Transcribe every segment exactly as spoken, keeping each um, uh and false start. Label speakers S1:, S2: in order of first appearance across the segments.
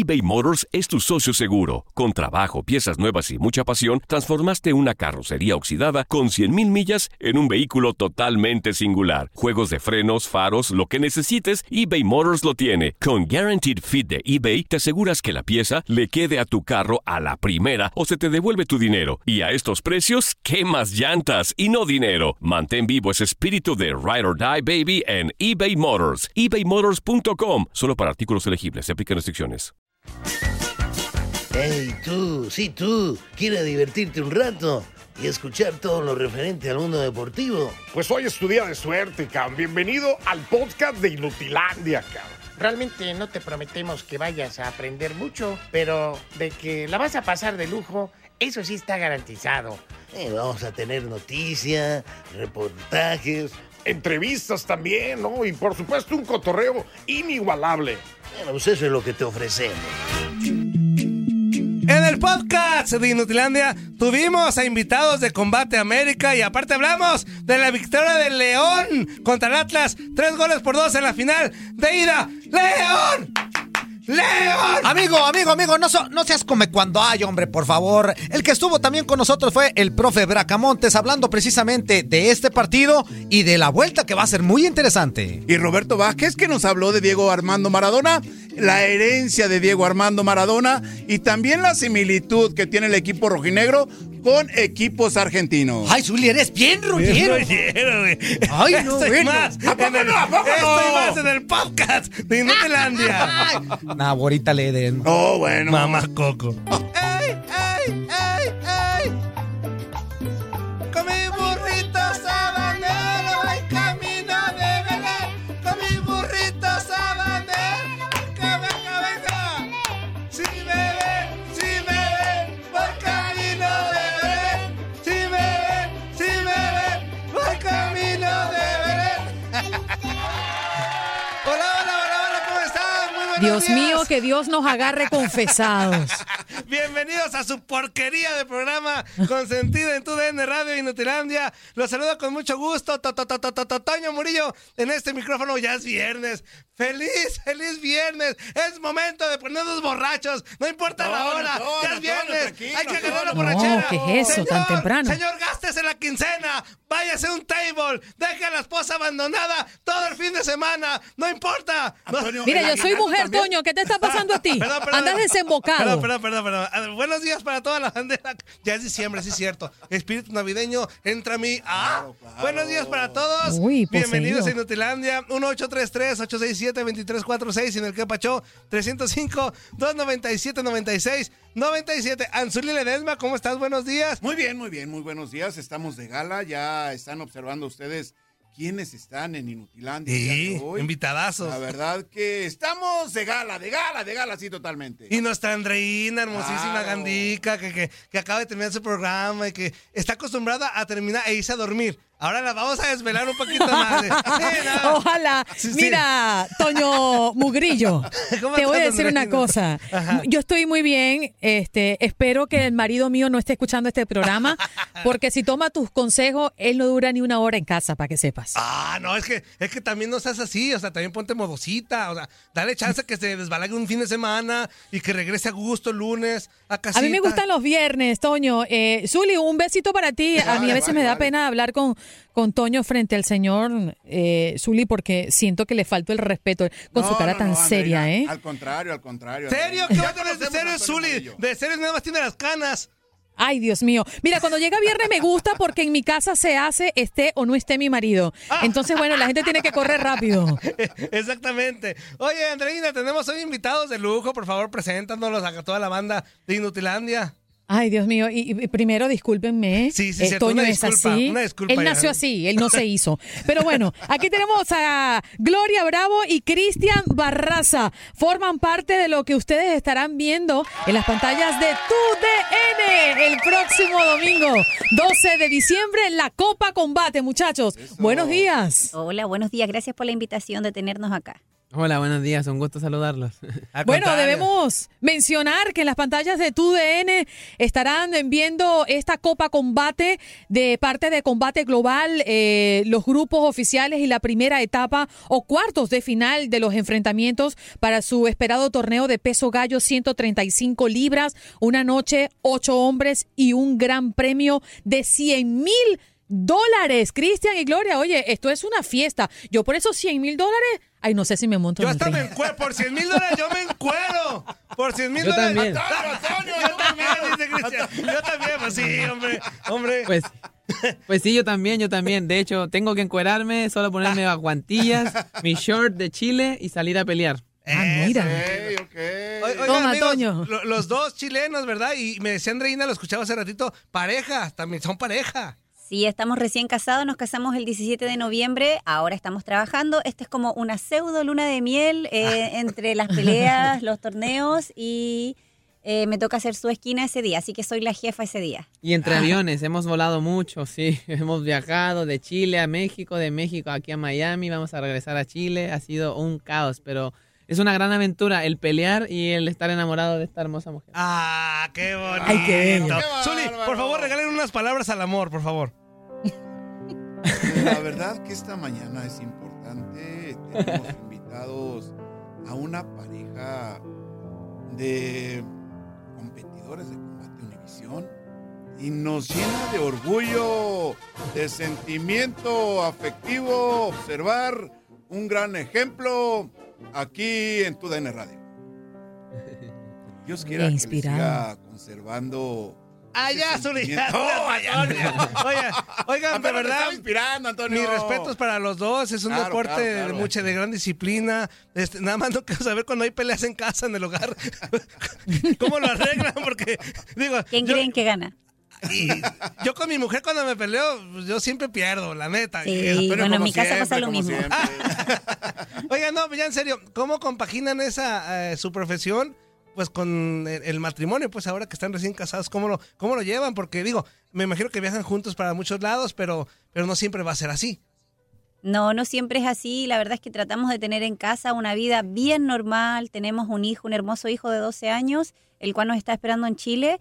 S1: eBay Motors es tu socio seguro. Con trabajo, piezas nuevas y mucha pasión, transformaste una carrocería oxidada con cien mil millas en un vehículo totalmente singular. Juegos de frenos, faros, lo que necesites, eBay Motors lo tiene. Con Guaranteed Fit de eBay, te aseguras que la pieza le quede a tu carro a la primera o se te devuelve tu dinero. Y a estos precios, ¿qué más llantas y no dinero? Mantén vivo ese espíritu de Ride or Die, baby, en eBay Motors. ebay motors punto com. Solo para artículos elegibles. Se aplican restricciones.
S2: Hey, tú, sí, tú, ¿quieres divertirte un rato y escuchar todo lo referente al mundo deportivo?
S3: Pues hoy es tu día de suerte, cabrón. Bienvenido al podcast de Inutilandia, cabrón.
S4: Realmente no te prometemos que vayas a aprender mucho, pero de que la vas a pasar de lujo, eso sí está garantizado.
S2: Eh, vamos a tener noticias, reportajes,
S3: entrevistas también, ¿no? Y por supuesto un cotorreo inigualable.
S2: Bueno, pues eso es lo que te ofrecemos.
S5: En el podcast de Inutilandia tuvimos a invitados de Combate América y aparte hablamos de la victoria del León contra el Atlas. Tres goles por dos en la final de ida. ¡León! ¡León!
S6: Amigo, amigo, amigo, no, so, no seas come cuando hay, hombre, por favor. El que estuvo también con nosotros fue el profe Bracamontes, hablando precisamente de este partido y de la vuelta que va a ser muy interesante.
S7: Y Roberto Vázquez, que nos habló de Diego Armando Maradona, la herencia de Diego Armando Maradona y también la similitud que tiene el equipo rojinegro con equipos argentinos.
S6: Ay, Zuli, eres bien rollero.
S5: Bien rollero, güey.
S6: Ay, no,
S5: Estoy
S6: bueno.
S5: más
S7: ¿A poco
S5: en el,
S7: no? ¿A poco no?
S5: Estoy más en el podcast de Inutilandia.
S6: Nah, ahorita le den.
S7: Oh, bueno.
S5: Mamá Coco. ¡Ey, ey, ey, ey! Con mi burrito sabanero voy camino de Belén. Con mi burrito sabanero, que venga, venga. Si me ven, si me ven, voy camino de Belén. Si me ven, si me ven, voy camino de Belén. Hola, hola, hola, hola, ¿cómo están? Muy buenos
S8: Dios
S5: días.
S8: mío, que Dios nos agarre confesados.
S5: Bienvenidos a su porquería de programa consentido en tu D N Radio Inutilandia. Los saludo con mucho gusto, to, to, to, to, to, to, Toño Murillo. En este micrófono ya es viernes. ¡Feliz, feliz viernes! Es momento de ponernos borrachos. No importa la hora,
S7: Toño,
S5: ya es viernes.
S7: Toño, tranquilo,
S5: Hay que ganar la
S7: Toño.
S5: borrachera.
S8: No, ¿qué es eso,
S5: Señor,
S8: tan temprano?
S5: Señor, gástese la quincena. Váyase a un table. Deje a la esposa abandonada todo el fin de semana. No importa. No-
S7: Antonio,
S8: Mira,
S7: el
S8: yo soy
S7: aguinaldo
S8: mujer,
S7: también.
S8: Toño. ¿Qué te está pasando a ti?
S5: Perdón, perdón,
S8: Andas
S5: perdón.
S8: desembocado.
S5: Perdón, perdón, perdón, perdón. A ver, buenos días para toda la bandera. Ya es diciembre, sí es cierto. Espíritu navideño, entra a mí. Ah,
S7: Claro, claro.
S5: buenos días para todos.
S8: Uy,
S5: Bienvenidos
S8: poseído.
S5: a Inutilandia. uno ocho tres tres, ocho seis siete, dos tres cuatro seis. Y en el que pachó, tres cero cinco, dos nueve siete, nueve seis nueve siete. Anzuli Ledesma, ¿cómo estás? Buenos días.
S7: Muy bien, muy bien, muy buenos días. Estamos de gala. Ya están observando ustedes quiénes están en Inutilandia el día
S5: Sí,
S7: de hoy.
S5: invitadazos.
S7: La verdad que estamos de gala, de gala, de gala, sí, totalmente.
S5: Y nuestra Andreina, hermosísima
S7: Claro.
S5: Gandica, que, que, que acaba de terminar su programa y que está acostumbrada a terminar e irse a dormir. Ahora la vamos a desvelar un poquito más. Sí, no.
S8: Ojalá.
S5: Sí, sí.
S8: Mira, Toño Mugrillo,
S5: ¿Cómo
S8: te voy a
S5: estás,
S8: decir una
S5: Andreina?
S8: cosa.
S5: Ajá.
S8: Yo estoy muy bien. Este, espero que el marido mío no esté escuchando este programa, porque si toma tus consejos, él no dura ni una hora en casa, para que sepas.
S5: Ah, no, es que, es que también no seas así, o sea, también ponte modosita, o sea, dale chance que se desbalague un fin de semana y que regrese a gusto el lunes a casita.
S8: A mí me gustan los viernes, Toño. Eh, Zuli, un besito para ti. A mí a
S7: Vale,
S8: veces
S7: vale,
S8: me da
S7: vale.
S8: pena hablar con, con Toño frente al señor eh, Zuli, porque siento que le faltó el respeto con
S7: No,
S8: su cara
S7: no,
S8: tan
S7: no,
S8: seria,
S7: Andreina,
S8: ¿eh?
S7: Al contrario, al contrario.
S5: ¿Serio?
S7: Andreina.
S5: ¿Qué
S7: Ya
S5: va a tener de
S7: conocemos
S5: serio
S7: a
S5: es
S7: Antonio
S5: Zuli?
S7: Murillo.
S5: De serio nada más tiene las canas.
S8: Ay, Dios mío. Mira, cuando llega viernes me gusta porque en mi casa se hace, esté o no esté mi marido. Entonces, bueno, la gente tiene que correr rápido.
S5: Exactamente. Oye, Andreina, tenemos hoy invitados de lujo. Por favor, preséntanos a toda la banda de Inutilandia.
S8: Ay, Dios mío. Y, y primero, discúlpenme.
S5: Sí, sí,
S8: Eh,
S5: cierto.
S8: Toño
S5: Una
S8: es
S5: disculpa,
S8: así.
S5: una disculpa
S8: Él
S5: ya.
S8: nació así, él no se hizo. Pero bueno, aquí tenemos a Gloria Bravo y Cristian Barraza. Forman parte de lo que ustedes estarán viendo en las pantallas de Tu D N el próximo domingo, doce de diciembre, en la Copa Combate, muchachos. Buenos días.
S9: Hola, buenos días. Gracias por la invitación de tenernos acá. Hola, buenos días, un gusto saludarlos.
S8: Bueno, debemos mencionar que en las pantallas de T U D N estarán viendo esta Copa Combate de parte de Combate Global, eh, los grupos oficiales y la primera etapa o cuartos de final de los enfrentamientos para su esperado torneo de peso gallo ciento treinta y cinco libras, una noche, ocho hombres y un gran premio de cien mil dólares. Cristian y Gloria, oye, esto es una fiesta. Yo por esos cien mil dólares, ay, no sé si me monto
S10: Yo
S8: en el
S10: hasta
S8: ring.
S10: me encuero, por cien mil dólares yo me encuero. Por cien mil
S9: Yo
S10: dólares.
S9: también.
S10: Antonio, Antonio, yo también, dice Cristian. Yo también, pues sí, hombre, hombre.
S9: Pues, pues sí, yo también, yo también. De hecho, tengo que encuerarme, solo ponerme las guantillas, mi short de Chile y salir a pelear.
S8: Ah, mira.
S7: Ok, ok.
S10: O- oigan,
S8: Toma,
S10: amigos,
S8: Toño.
S10: lo- los dos chilenos, ¿verdad? Y me decía Andreina, lo escuchaba hace ratito, pareja, también son pareja.
S11: Sí, estamos recién casados, nos casamos el diecisiete de noviembre, ahora estamos trabajando. Este es como una pseudo luna de miel eh, entre las peleas, los torneos y eh, me toca hacer su esquina ese día, así que soy la jefa ese día.
S9: Y entre aviones, hemos volado mucho, sí. Hemos viajado de Chile a México, de México aquí a Miami, vamos a regresar a Chile. Ha sido un caos, pero es una gran aventura el pelear y el estar enamorado de esta hermosa mujer.
S10: Ah, qué bonito.
S8: Ay, qué bello.
S10: Zuli, por favor, regalen unas palabras al amor, por favor.
S7: La verdad que esta mañana es importante. Tenemos invitados a una pareja de competidores de Combate Univisión y nos llena de orgullo, de sentimiento afectivo observar un gran ejemplo aquí en T U D N Radio. Dios quiera que les
S8: Inspirado.
S7: siga conservando.
S10: Ah,
S7: ese
S10: ya, Zuli.
S7: sentimiento.
S10: Oh, Antonio. Oigan, oigan, de
S7: Apenas me
S10: verdad,
S7: estaba inspirando, Antonio.
S10: mis respetos para los dos. Es un
S7: Claro,
S10: deporte
S7: claro,
S10: de
S7: claro.
S10: mucha, de gran disciplina. Este, nada más no quiero saber cuando hay peleas en casa, en el hogar. ¿Cómo lo arreglan? Porque, digo,
S11: ¿Quién
S10: yo,
S11: creen que gana?
S10: y yo con mi mujer cuando me peleo, pues, yo siempre pierdo, la neta.
S11: Sí,
S10: Y-
S7: Antonio,
S11: bueno, en
S7: como
S11: mi casa pasa
S7: siempre,
S11: lo
S7: como
S11: mismo.
S7: siempre.
S10: Oigan, no, ya en serio, ¿cómo compaginan esa eh, su profesión pues con el, el matrimonio? Pues ahora que están recién casados, ¿cómo lo, cómo lo llevan? Porque digo, me imagino que viajan juntos para muchos lados, pero, pero no siempre va a ser así.
S11: No, no siempre es así. La verdad es que tratamos de tener en casa una vida bien normal. Tenemos un hijo, un hermoso hijo de doce años, el cual nos está esperando en Chile.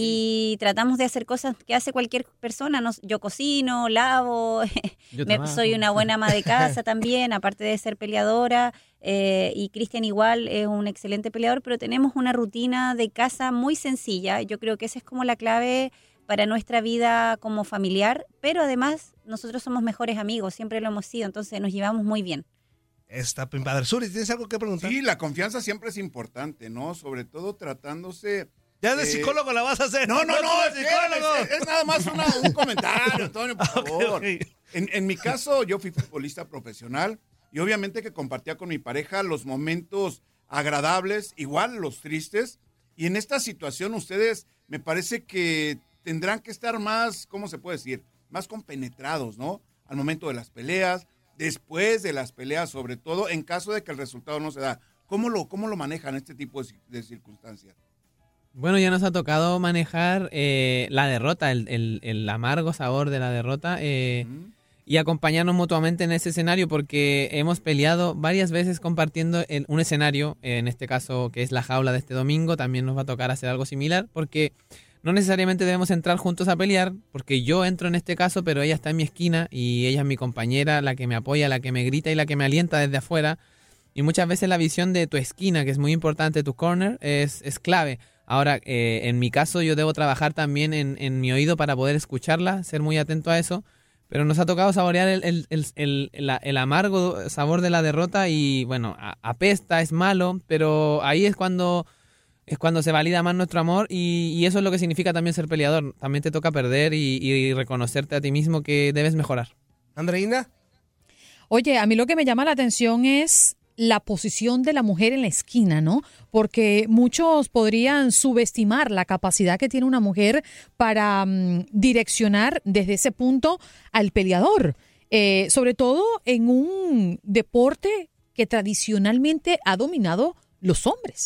S11: Y tratamos de hacer cosas que hace cualquier persona. Nos- yo cocino, lavo,
S9: Yo
S11: me-
S9: trabajo.
S11: soy una buena ama de casa también, aparte de ser peleadora. eh, y Cristian igual es un excelente peleador, pero tenemos una rutina de casa muy sencilla. Yo creo que esa es como la clave para nuestra vida como familiar, pero además nosotros somos mejores amigos, siempre lo hemos sido, entonces nos llevamos muy bien.
S10: Está bien padre. Suri, ¿tienes algo que preguntar?
S7: Sí, la confianza siempre es importante, ¿no? Sobre todo tratándose.
S10: Ya de
S7: eh,
S10: psicólogo la vas a hacer.
S7: No, no, no,
S10: como
S7: es, es- es nada más una- un comentario, Antonio, por favor.
S10: Ok, ok.
S7: En, en mi caso, yo fui futbolista profesional y obviamente que compartía con mi pareja los momentos agradables, igual los tristes. Y en esta situación ustedes me parece que tendrán que estar más, ¿cómo se puede decir? Más compenetrados, ¿no? Al momento de las peleas, después de las peleas, sobre todo en caso de que el resultado no se da. ¿Cómo lo, cómo lo manejan este tipo de, de circunstancias?
S9: Bueno, ya nos ha tocado manejar eh, la derrota, el, el- el amargo sabor de la derrota eh,
S7: ¿Mm?
S9: y acompañarnos mutuamente en ese escenario porque hemos peleado varias veces compartiendo el- un escenario, eh, en este caso que es la jaula de este domingo, también nos va a tocar hacer algo similar porque no necesariamente debemos entrar juntos a pelear porque yo entro en este caso, pero ella está en mi esquina y ella es mi compañera, la que me apoya, la que me grita y la que me alienta desde afuera. Y muchas veces la visión de tu esquina, que es muy importante, tu corner, es, es clave. Ahora, eh, en mi caso, yo debo trabajar también en, en mi oído para poder escucharla, ser muy atento a eso. Pero nos ha tocado saborear el, el, el, el, el- el amargo sabor de la derrota y, bueno, a- apesta, es malo, pero ahí es cuando, es cuando se valida más nuestro amor y, y eso es lo que significa también ser peleador. También te toca perder y, y reconocerte a ti mismo que debes mejorar.
S10: Andreina.
S8: Oye, a mí lo que me llama la atención es la posición de la mujer en la esquina, ¿no? Porque muchos podrían subestimar la capacidad que tiene una mujer para mm, direccionar desde ese punto al peleador, eh, sobre todo en un deporte que tradicionalmente ha dominado los hombres.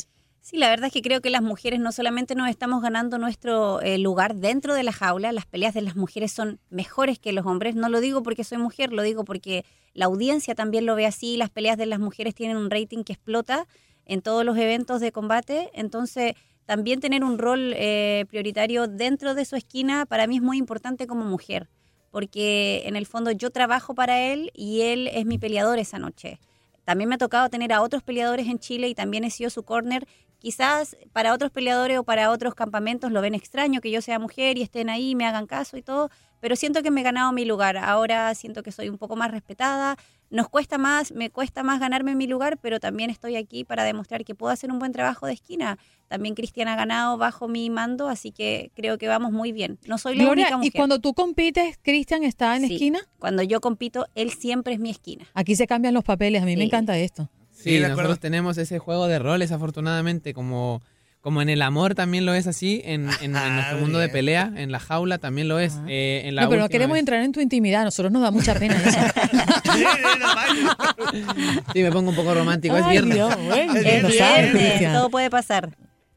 S11: Sí, la verdad es que creo que las mujeres no solamente nos estamos ganando nuestro eh, lugar dentro de la jaula, las peleas de las mujeres son mejores que los hombres. No lo digo porque soy mujer, lo digo porque la audiencia también lo ve así. Las peleas de las mujeres tienen un rating que explota en todos los eventos de combate. Entonces, también tener un rol eh, prioritario dentro de su esquina para mí es muy importante como mujer, porque en el fondo yo trabajo para él y él es mi peleador esa noche. También me ha tocado tener a otros peleadores en Chile y también he sido su corner. Quizás para otros peleadores o para otros campamentos lo ven extraño que yo sea mujer y estén ahí, me hagan caso y todo, pero siento que me he ganado mi lugar. Ahora siento que soy un poco más respetada. Nos cuesta más, me cuesta más ganarme mi lugar, pero también estoy aquí para demostrar que puedo hacer un buen trabajo de esquina. También Cristian ha ganado bajo mi mando, así que creo que vamos muy bien. No soy la
S8: Gloria,
S11: única mujer.
S8: ¿y cuando tú compites, Cristian está en
S11: Sí,
S8: esquina?
S11: Cuando yo compito, él siempre es mi esquina.
S8: Aquí se cambian los papeles, a mí
S11: Sí.
S8: me encanta esto.
S9: Sí, nosotros tenemos ese juego de roles, afortunadamente, como, como en el amor también lo es así, en, en, en nuestro mundo de pelea, en la jaula también lo es. Eh, en la
S8: No, pero no
S9: última
S8: queremos
S9: vez-
S8: entrar en tu intimidad, a nosotros nos da mucha pena eso.
S9: Sí, me pongo un poco romántico, es
S8: Ay,
S9: viernes.
S8: Dios, bueno,
S11: Es
S8: no sabes,
S11: viernes,
S8: Cristian.
S11: todo puede pasar.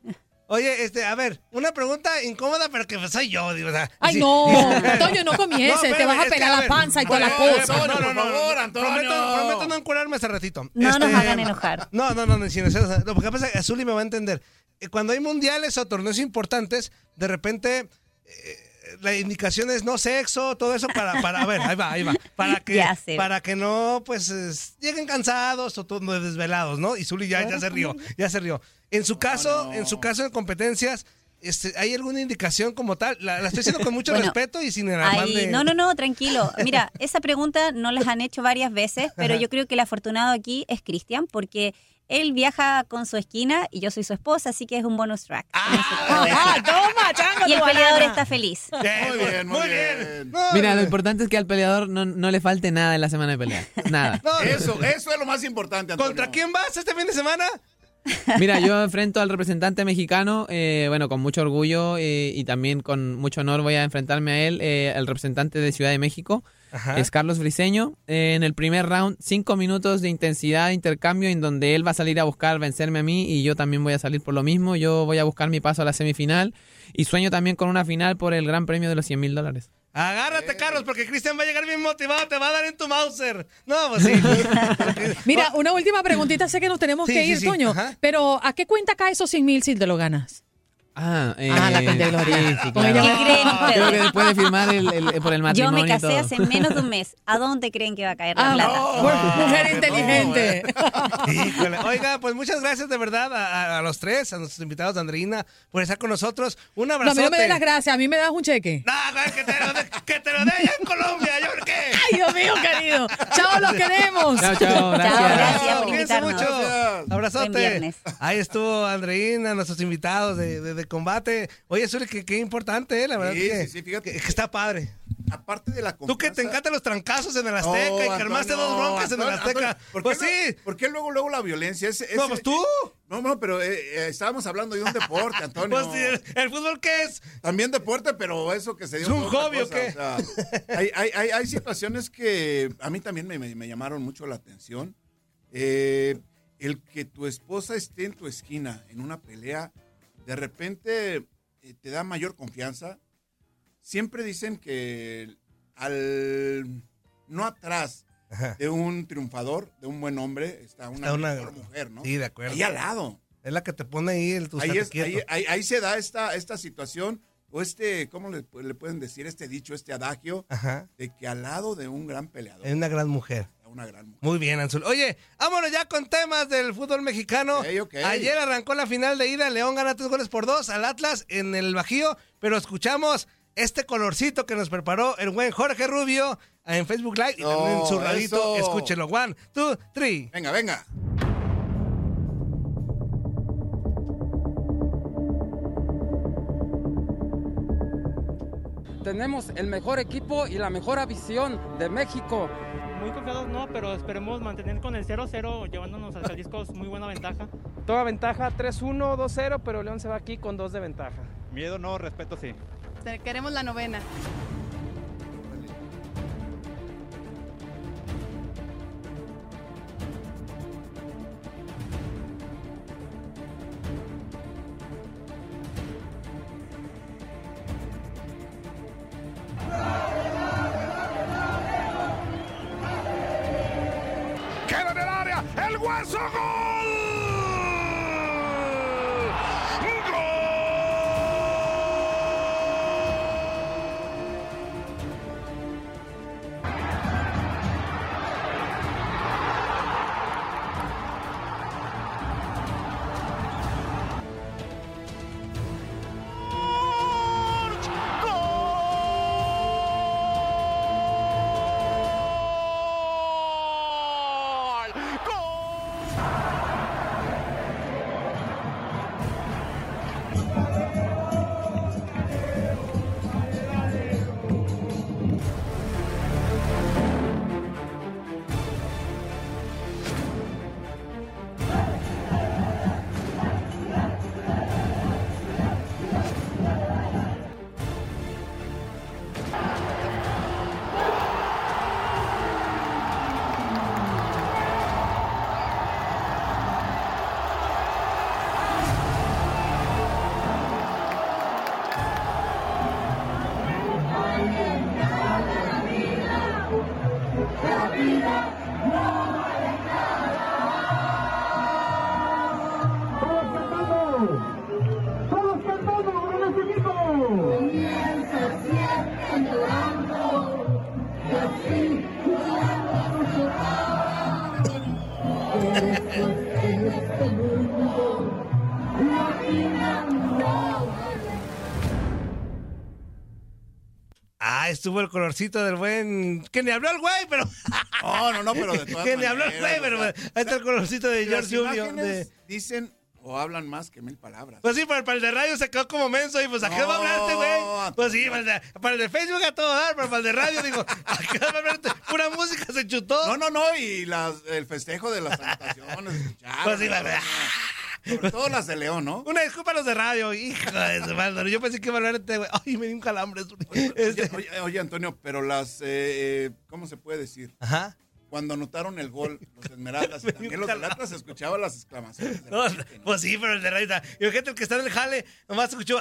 S10: Oye, este, a ver, una pregunta incómoda, pero que soy yo, digo, o sea,
S8: Ay,
S10: sí.
S8: no, Antonio, no comiences, te
S10: espérame,
S8: vas a
S10: es que,
S8: pelar la
S10: ver,
S8: panza y toda la
S10: Antonio,
S8: cosa.
S10: No, no, no,
S3: por
S10: no,
S3: favor,
S10: no,
S3: Antonio.
S10: Prometo, prometo no encuadrarme hace ratito.
S11: No nos
S10: Este,
S11: hagan enojar.
S10: No, no, no, no, sin eso, no, porque pasa que Azuli me va a entender. Eh, Cuando hay mundiales o torneos importantes, de repente eh, la indicación es no sexo, todo eso para, para, a ver, ahí va, ahí va, para que,
S11: Ya sé.
S10: para que no, pues, es- lleguen cansados o todo desvelados, ¿no? Y Zuli ya, ya se rió, ya se rió. En su caso, en su caso de competencias, este, ¿hay alguna indicación como tal? La, la estoy haciendo con mucho
S11: Bueno,
S10: respeto y sin el afán
S11: Ahí-
S10: de...
S11: No, no, no, tranquilo. Mira, esa pregunta no las han hecho varias veces, pero yo creo que el afortunado aquí es Cristian, porque él viaja con su esquina y yo soy su esposa, así que es un bonus track.
S8: Ah, toma, chango,
S11: Y el
S8: tu
S11: peleador
S8: banana.
S11: está feliz.
S7: Muy bien, muy bien.
S10: No,
S9: Mira, lo importante es que al peleador no, no le falte nada en la semana de pelea. Nada.
S10: no,
S7: Eso, eso es lo más importante, Antonio.
S10: ¿Contra quién vas este fin de semana?
S9: Mira, yo enfrento al representante mexicano, eh, bueno, con mucho orgullo eh, y también con mucho honor voy a enfrentarme a él, eh, al representante de Ciudad de México,
S10: Ajá.
S9: es Carlos Briseño. Eh, en el primer round, cinco minutos de intensidad, de intercambio, en donde él va a salir a buscar vencerme a mí y yo también voy a salir por lo mismo. Yo voy a buscar mi paso a la semifinal y sueño también con una final por el Gran Premio de los cien mil dólares.
S10: Agárrate, Carlos, porque Cristian va a llegar bien motivado, te va a dar en tu Mauser. No, pues sí.
S8: Mira, una última preguntita, sé que nos tenemos
S10: Sí,
S8: que
S10: sí,
S8: ir,
S10: sí,
S8: Toño,
S10: ajá.
S8: pero ¿a qué cuenta cae esos cien mil si te lo ganas?
S9: Ah, eh,
S8: Ah, la cuenta de Gloria.
S9: sí, sí,
S8: Con
S9: claro.
S8: ella-
S11: ¿Qué creen ustedes?
S9: Creo que después de firmar el, el- por el
S11: Yo
S9: matrimonio
S11: me
S9: y
S11: casé
S9: todo.
S11: hace menos de un mes. ¿A dónde creen que va a caer la
S8: Ah,
S11: plata?
S8: bueno, mujer inteligente.
S10: Híjole. Oiga, pues muchas gracias de verdad a, a- a los tres, a nuestros invitados, Andreina, por estar con nosotros. Un
S8: No, a
S10: abrazote.
S8: mí no me des las gracias, a mí me das un cheque.
S10: No, güey, que te lo dé, que te lo dé allá en Colombia, ¿yo por qué?
S8: Ay, Dios mío, querido. Chao, los queremos.
S9: Chao, chao, gracias.
S11: Chao, gracias por
S10: Cuídense
S11: invitarnos.
S10: mucho.
S7: Gracias.
S10: Abrazote.
S11: Buen viernes.
S10: Ahí estuvo Andreina, nuestros invitados de, de- de combate. Oye, Zuli, que qué importante, ¿eh? La verdad
S7: Sí,
S10: que,
S7: sí, sí, fíjate.
S10: que- que está padre.
S7: Aparte de la
S10: Tú
S7: confianza.
S10: que te encantan los trancazos en el Azteca
S7: Oh,
S10: y que armaste
S7: Antonio,
S10: dos broncas en el
S7: Antonio,
S10: Azteca.
S7: Antonio, ¿por qué
S10: Pues
S7: no-
S10: sí.
S7: ¿Por qué luego, luego la violencia? Ese-
S10: No,
S7: ese-
S10: pues tú.
S7: No, no, pero eh, eh, estábamos hablando de un deporte, Antonio.
S10: Pues sí, el, el fútbol, ¿qué es?
S7: También deporte, pero eso que se dio.
S10: ¿Es un
S7: fue otra
S10: hobby o
S7: cosa,
S10: qué?
S7: o sea, hay, hay, hay, hay situaciones que a mí también me, me- me llamaron mucho la atención. Eh, el que tu esposa esté en tu esquina en una pelea, de repente eh, te da mayor confianza. Siempre dicen que al no atrás
S10: Ajá.
S7: de un triunfador, de un buen hombre, está una,
S10: Está una-
S7: mejor mujer, ¿no?
S10: Sí, de acuerdo.
S7: Ahí al lado.
S10: Es la que te pone ahí el tu
S7: Ahí,
S10: estate
S7: es-
S10: quieto.
S7: ahí, ahí- ahí se da esta, esta situación, o este, ¿cómo le, le pueden decir? Este dicho, este adagio,
S10: Ajá.
S7: de que al lado de un gran peleador,
S10: Es una gran mujer.
S7: está una gran mujer.
S10: Muy bien, Anzul. Oye, vámonos ya con temas del fútbol mexicano.
S7: Ok, ok.
S10: Ayer arrancó la final de ida. León gana tres goles por dos al Atlas en el Bajío. Pero escuchamos este colorcito que nos preparó el buen Jorge Rubio en Facebook Live y
S7: No,
S10: también en su radito.
S7: eso.
S10: Escúchelo. One, two, three.
S7: Venga, venga.
S12: Tenemos el mejor equipo y la mejor afición de México.
S13: Muy confiados no, pero esperemos mantener con el cero cero, llevándonos al Jalisco muy buena ventaja.
S12: Toda ventaja tres uno, dos cero, pero León se va aquí con dos de ventaja.
S14: Miedo no, respeto sí.
S15: Queremos la novena.
S3: cabezazo, gol.
S10: Ah, estuvo el colorcito del buen... Que ni habló el güey, pero...
S7: No, no, no, pero de todas
S10: Que ni
S7: maneras,
S10: habló el güey, pero
S7: o sea,
S10: ahí está el colorcito de
S7: las
S10: George Junior
S7: imágenes
S10: de...
S7: dicen o hablan más que mil palabras.
S10: Pues sí, para el, para el de radio se quedó como menso y pues ¿a qué
S7: No,
S10: va a hablarte, güey? Pues sí, para el, de, para el de Facebook a todo dar, pero para el de radio digo, ¿a qué va a hablarte? Pura música se chutó.
S7: No, no, no, y las, el festejo de las anotaciones, escucharon.
S10: Pues sí,
S7: ¿no?
S10: va-
S7: Sobre todo las de León, ¿no?
S10: Una disculpa a los de radio, hijo de su madre. Yo pensé que iba a hablarte, güey. Ay, me dio un calambre. Este-
S7: Oye, oye, oye, Antonio, pero las, eh, eh, ¿cómo se puede decir?
S10: Ajá.
S7: Cuando anotaron el gol, los Esmeraldas y también los del Atlas, se escuchaban las exclamaciones. de la
S10: No,
S7: gente, ¿no?
S10: pues sí, pero el de radio. Y gente el que está en el jale, nomás escuchó.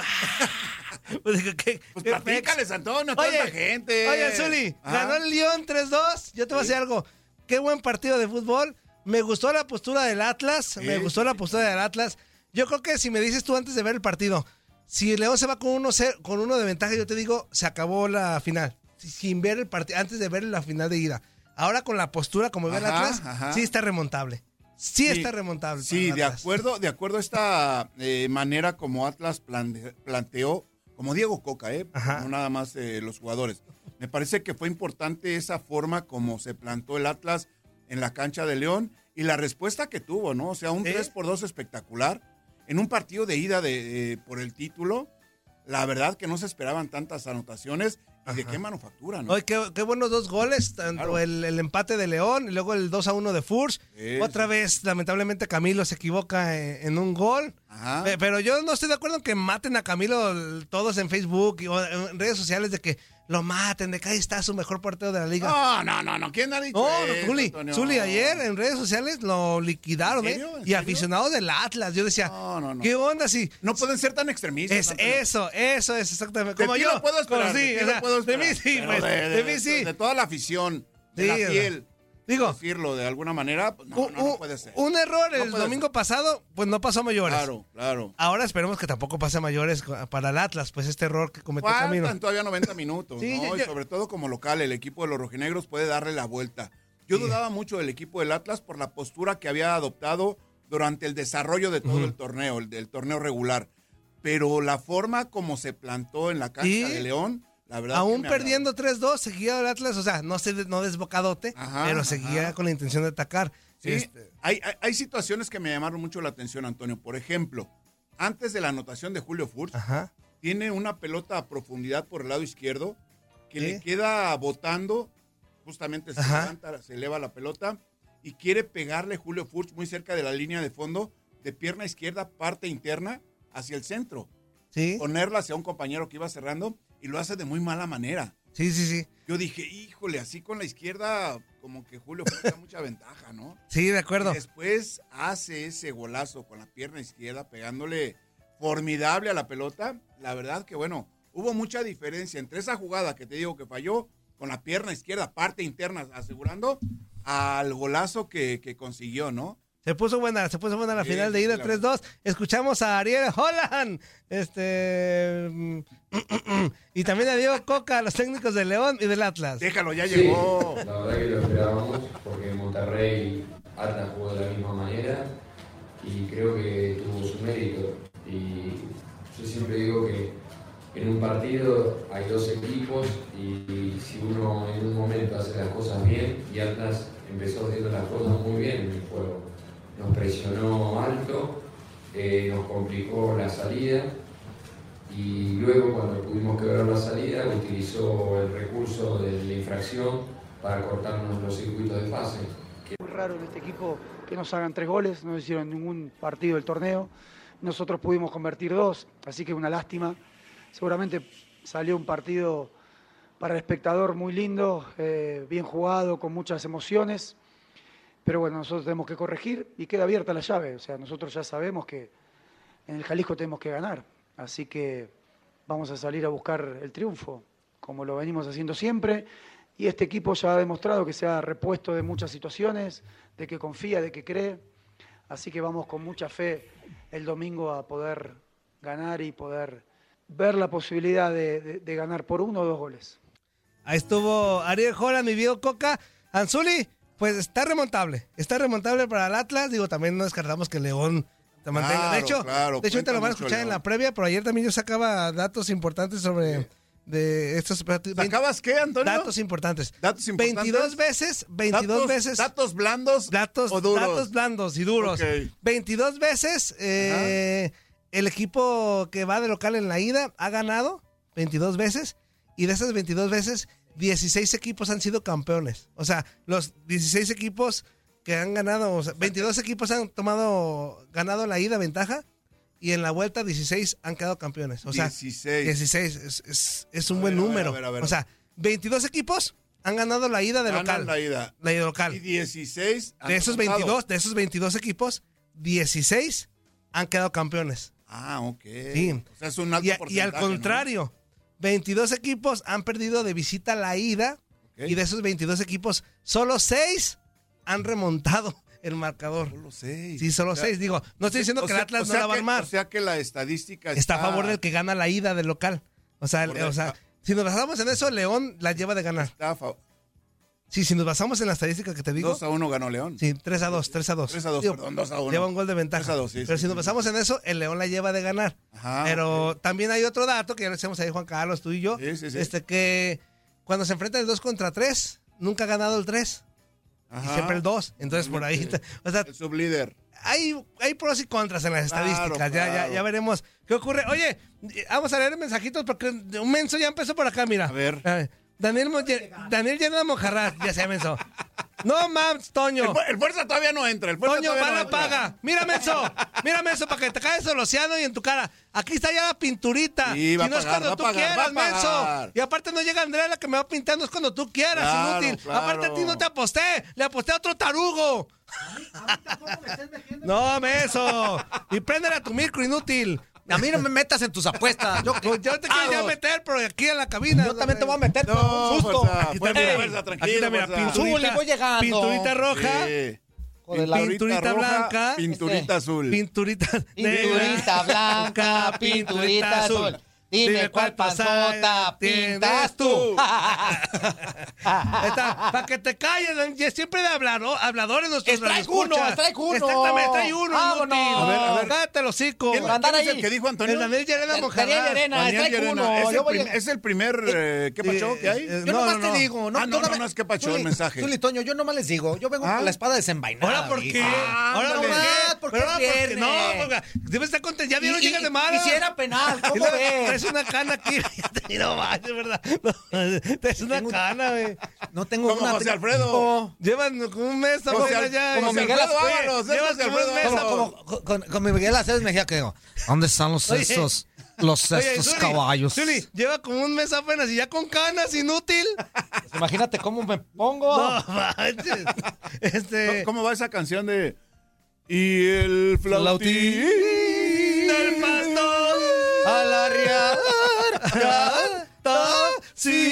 S10: Pues digo, ¿qué?
S7: Pues
S10: qué
S7: platícales, Antonio, a toda
S10: Oye,
S7: la gente.
S10: Oye, Zuli,
S7: Ajá.
S10: ganó el León tres dos. Yo te voy a decir algo. Qué buen partido de fútbol. Me gustó la postura del Atlas. Me gustó la postura del Atlas. Yo creo que si me dices tú antes de ver el partido, si el León se va con uno, cero, con uno de ventaja, yo te digo, se acabó la final. Si- Sin ver el partido, antes de ver la final de ida. Ahora con la postura como ve el
S7: Ajá,
S10: Atlas,
S7: ajá.
S10: sí está remontable. Sí, está remontable.
S7: Sí,
S10: para
S7: de
S10: Atlas.
S7: acuerdo, de acuerdo a esta eh, manera como Atlas plante- planteó, como Diego Coca, ¿eh? No nada más eh, los jugadores. Me parece que fue importante esa forma como se plantó el Atlas en la cancha de León y la respuesta que tuvo, ¿no? O sea, un tres por dos espectacular. En un partido de ida de, eh, por el título, la verdad que no se esperaban tantas anotaciones y de qué manufactura, ¿no?
S10: Oye, qué, qué buenos dos goles, tanto
S7: Claro.
S10: el, el empate de León y luego el dos a uno de Furs.
S7: Sí,
S10: Otra
S7: sí.
S10: vez, lamentablemente, Camilo se equivoca en, en un gol.
S7: Ajá.
S10: Pe- Pero yo no estoy de acuerdo en que maten a Camilo l- todos en Facebook y o en redes sociales de que lo maten, de que ahí está su mejor portero de la liga.
S7: No, no, no, no. ¿Quién ha dicho
S10: No, no,
S7: eso,
S10: Zuli,
S7: Antonio?
S10: Zuli, ayer en redes sociales lo liquidaron,
S7: ¿En
S10: ¿eh?
S7: serio? ¿En
S10: Y
S7: serio?
S10: aficionados del Atlas. Yo decía,
S7: No, no, no.
S10: ¿qué onda si...?
S7: No pueden ser tan extremistas.
S10: Es
S7: Antonio.
S10: eso, eso es exactamente.
S7: De
S10: Como
S7: ti
S10: yo.
S7: lo puedo esperar.
S10: como sí,
S7: de, ti
S10: o
S7: lo
S10: sea,
S7: puedo
S10: de
S7: esperar,
S10: mí sí,
S7: pero
S10: pues,
S7: de,
S10: de,
S7: de-
S10: mí sí.
S7: De toda la afición, de
S10: Sí,
S7: la
S10: o sea,
S7: piel.
S10: digo,
S7: decirlo de alguna manera, pues no,
S10: un,
S7: no, no
S10: un-
S7: puede ser.
S10: un error
S7: No
S10: el
S7: puede
S10: domingo pasado, pues no pasó a mayores.
S7: Claro, claro.
S10: Ahora esperemos que tampoco pase a mayores para el Atlas, pues este error que cometió Camilo.
S7: Faltan todavía noventa minutos,
S10: Sí,
S7: ¿no?
S10: yo-
S7: Y
S10: yo-
S7: sobre todo como local, el equipo de los rojinegros puede darle la vuelta. Yo dudaba mucho del equipo del Atlas por la postura que había adoptado durante el desarrollo de todo
S10: Ujú.
S7: el torneo, el del torneo regular. Pero la forma como se plantó en la cancha
S10: Sí.
S7: de León, la verdad. que
S10: Aún
S7: me
S10: perdiendo tres dos, seguía el Atlas, o sea, no, se, no desbocadote,
S7: Ajá,
S10: pero
S7: ajá.
S10: seguía con la intención de atacar.
S7: Sí,
S10: Este,
S7: hay, hay, hay situaciones que me llamaron mucho la atención, Antonio. Por ejemplo, antes de la anotación de Julio Furch,
S10: Ajá.
S7: tiene una pelota a profundidad por el lado izquierdo que
S10: ¿Sí?
S7: le queda botando, justamente se
S10: Ajá.
S7: levanta, se eleva la pelota y quiere pegarle Julio Furch muy cerca de la línea de fondo, de pierna izquierda, parte interna, hacia el centro.
S10: Sí.
S7: Ponerla hacia un compañero que iba cerrando y lo hace de muy mala manera.
S10: Sí, sí, sí.
S7: Yo dije, híjole, así con la izquierda, como que Julio Furch da mucha ventaja, ¿no?
S10: Sí, de acuerdo.
S7: Y después hace ese golazo con la pierna izquierda, pegándole formidable a la pelota. La verdad que, bueno, hubo mucha diferencia entre esa jugada que te digo que falló, con la pierna izquierda, parte interna, asegurando, al golazo que, que consiguió, ¿no?
S10: Se puso buena, se puso buena la sí, final de ida tres dos. Escuchamos a Ariel Holland. Este. Y también a Diego Coca, los técnicos del León y del Atlas.
S7: Déjalo, ya sí, llegó.
S14: La verdad que lo esperábamos, porque Monterrey Atlas jugó de la misma manera y creo que tuvo su mérito. Y yo siempre digo que en un partido hay dos equipos y si uno en un momento hace las cosas bien, y Atlas empezó haciendo las cosas muy bien en el juego. Nos presionó alto, eh, nos complicó la salida y luego cuando pudimos quebrar la salida utilizó el recurso de la infracción para cortarnos los circuitos de pase.
S15: Es muy raro en este equipo que nos hagan tres goles, no hicieron ningún partido del torneo, nosotros pudimos convertir dos, así que una lástima. Seguramente salió un partido para el espectador muy lindo, eh, bien jugado, con muchas emociones. Pero bueno, nosotros tenemos que corregir y queda abierta la llave. O sea, nosotros ya sabemos que en el Jalisco tenemos que ganar. Así que vamos a salir a buscar el triunfo, como lo venimos haciendo siempre. Y este equipo ya ha demostrado que se ha repuesto de muchas situaciones, de que confía, de que cree. Así que vamos con mucha fe el domingo a poder ganar y poder ver la posibilidad de, de, de ganar por uno o dos goles.
S10: Ahí estuvo Ariel Holland, mi Diego Coca. Anzuli, pues está remontable, está remontable para el Atlas. Digo, también no descartamos que León se mantenga.
S7: Claro,
S10: de hecho,
S7: claro,
S10: de hecho ahorita lo van a escuchar León en la previa, pero ayer también yo sacaba datos importantes sobre sí. de estos.
S7: ¿Sacabas qué, Antonio?
S10: Datos importantes.
S7: Datos importantes.
S10: veintidós veces, veintidós
S7: datos,
S10: veces.
S7: Datos blandos
S10: datos,
S7: o duros.
S10: Datos blandos y duros. Okay. veintidós veces eh, el equipo que va de local en la ida ha ganado veintidós veces y de esas veintidós veces dieciséis equipos han sido campeones. O sea, los dieciséis equipos que han ganado, o sea, veintidós equipos han tomado, ganado la ida ventaja y en la vuelta dieciséis han quedado campeones. O sea,
S7: dieciséis.
S10: dieciséis es, es, es un
S7: a
S10: buen
S7: ver,
S10: número.
S7: A ver, a ver, a ver.
S10: O sea, veintidós equipos han ganado la ida de
S7: Ganan
S10: local.
S7: la ida.
S10: La ida local.
S7: Y dieciséis han
S10: de esos
S7: ganado.
S10: veintidós, de esos veintidós equipos, dieciséis han quedado campeones.
S7: Ah, ok.
S10: Sí.
S7: O sea, es un alto
S10: y,
S7: porcentaje,
S10: y al contrario, ¿no? veintidós equipos han perdido de visita la ida, okay. Y de esos veintidós equipos, solo seis han remontado el marcador.
S7: Solo seis.
S10: Sí, solo o sea, seis. Digo, no estoy diciendo que el Atlas no la va a armar.
S7: O sea que la estadística
S10: está... está a favor del que gana la ida del local. O sea, el, o sea, si nos basamos en eso, León la lleva de ganar.
S7: Está a favor.
S10: Sí, si nos basamos en la estadística que te digo.
S7: dos a uno ganó León.
S10: Sí, tres a dos, tres a dos.
S7: tres a dos,
S10: Digo,
S7: perdón, dos a uno.
S10: Lleva un gol de ventaja.
S7: tres a dos, sí,
S10: Pero
S7: sí,
S10: si nos
S7: sí,
S10: basamos
S7: sí.
S10: en eso, el León la lleva de ganar.
S7: Ajá,
S10: Pero
S7: okay.
S10: También hay otro dato que ya lo decíamos ahí, Juan Carlos, tú y yo.
S7: Sí, sí, sí.
S10: Este que cuando se enfrenta el dos contra tres, nunca ha ganado el tres. Ajá. Y siempre el dos. Entonces por ahí. O sea,
S7: el sublíder.
S10: Hay, hay pros y contras en las
S7: Claro,
S10: estadísticas.
S7: claro.
S10: Ya, ya, ya veremos qué ocurre. Oye, vamos a leer mensajitos porque un menso ya empezó por acá, mira.
S7: A ver.
S10: A ver. Daniel, Mo Daniel Llena Mojarrat, ya se menso. No mames, Toño.
S7: El, el fuerza todavía no entra. El fuerza
S10: Toño,
S7: todavía
S10: mala
S7: no entra.
S10: paga. Mira, menso. Mira, menso, para que te caigas el océano y en tu cara. Aquí está ya la pinturita.
S7: Sí, va
S10: si no
S7: a
S10: es
S7: pagar,
S10: cuando
S7: va
S10: tú
S7: a pagar,
S10: quieras,
S7: va a pagar.
S10: menso. Y aparte no llega Andrea la que me va pintando, es cuando tú quieras,
S7: Claro,
S10: inútil.
S7: claro.
S10: Aparte a ti no te aposté. Le aposté a otro tarugo. No, menso. Y préndele a tu micro, inútil.
S6: A mí no me metas en tus apuestas. Yo,
S10: Pues yo te quería meter, pero aquí en la cabina.
S6: Yo también te voy a meter
S7: No,
S6: por un susto.
S7: fuerza,
S10: Aquí está,
S7: fuerza,
S10: mira,
S7: fuerza,
S10: aquí
S7: tranquilo,
S10: está, mira,
S7: fuerza.
S10: pinturita,
S6: Zuli, voy llegando.
S10: pinturita roja,
S7: Sí.
S6: Joder, la-
S10: pinturita
S7: roja,
S10: blanca,
S7: pinturita
S6: Este.
S7: azul.
S10: pinturita
S6: Pinturita
S10: negra,
S6: blanca, pinturita azul. Dime cuál panzota pintas tú.
S10: Para que te callen, y siempre de hablar, ¿no? Habladores nuestros
S6: Strike uno,
S10: radioescuchas.
S6: strike uno.
S10: Exactamente, trae uno.
S6: Vámonos.
S10: inútil.
S6: A ver, a ver.
S10: Cállate los hocico.
S7: ¿Quién,
S6: Para andar
S7: quién es
S6: ahí.
S7: el que dijo Antonio?
S10: El Daniel Llerena
S6: Daniel
S10: Mojarrat.
S6: Llerena,
S7: Daniel
S6: strike
S7: Llerena.
S6: uno.
S7: ¿Es,
S6: Yo
S7: el
S6: voy
S7: prim-
S6: a-
S7: es el primer eh, ¿qué pacho que hay?
S10: Eh,
S6: Yo
S10: no,
S6: nomás
S10: no, no.
S6: te digo, no,
S7: Ah, no,
S6: yo
S7: no, no, es que pacho el mensaje.
S6: Zuli, Toño, yo nomás les digo, yo vengo
S7: Ah.
S6: con la espada desenvainada.
S10: ¿Ahora por qué?
S6: Ah,
S10: ¿Ahora
S6: no
S10: por
S6: más,
S10: qué?
S6: porque
S10: Pero
S6: es
S10: ahora, ¿por qué?
S6: viernes.
S10: No, porque debe estar contento. Ya vieron,
S6: Y-
S10: llegas de
S6: y-
S10: mala.
S6: y si era penal, ¿cómo
S10: Y luego
S6: ves?
S10: traes una cana aquí. No manches, ¿verdad? No, traes una
S6: Tengo-
S10: cana, güey.
S6: No tengo
S7: Como
S6: una...
S7: José Alfredo.
S10: Llevan como un mes
S7: José
S10: afuera
S7: Al-
S10: ya.
S7: como
S10: José
S7: Miguel
S10: Alfredo
S7: Ábalos, es
S10: Llevas
S7: José
S10: como un
S7: Alfredo
S10: mes
S7: Ábalos.
S10: afuera.
S6: Como, como- con, con mi Miguel Aceves me decía que digo, ¿dónde están los
S10: Oye,
S6: estos, los
S10: Oye,
S6: estos
S10: Zuli,
S6: caballos?
S10: Zuli, lleva como un mes apenas y ya con canas, inútil.
S6: Pues imagínate cómo me pongo.
S10: No manches. Este.
S7: ¿Cómo va esa canción de Y el flautín
S10: del pastor
S6: A la riada,
S10: sí.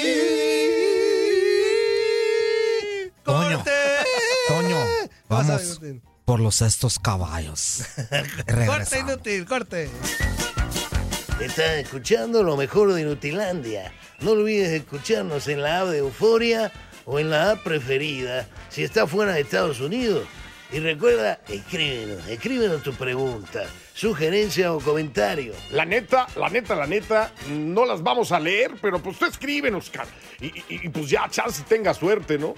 S6: Toño,
S10: Corte.
S6: Toño,
S10: Vas a
S6: vamos,
S10: ver, inútil.
S6: por los estos caballos.
S10: Corte inútil, corte.
S2: Estás escuchando lo mejor de Inutilandia. No olvides escucharnos en la app de Euforia o en la app preferida si estás fuera de Estados Unidos. Y recuerda, escríbenos, escríbenos tu pregunta, sugerencia o comentario.
S3: La neta, la neta, la neta, no las vamos a leer, pero pues tú escríbenos, Oscar. Y, y, y pues ya, chance tenga suerte, ¿no?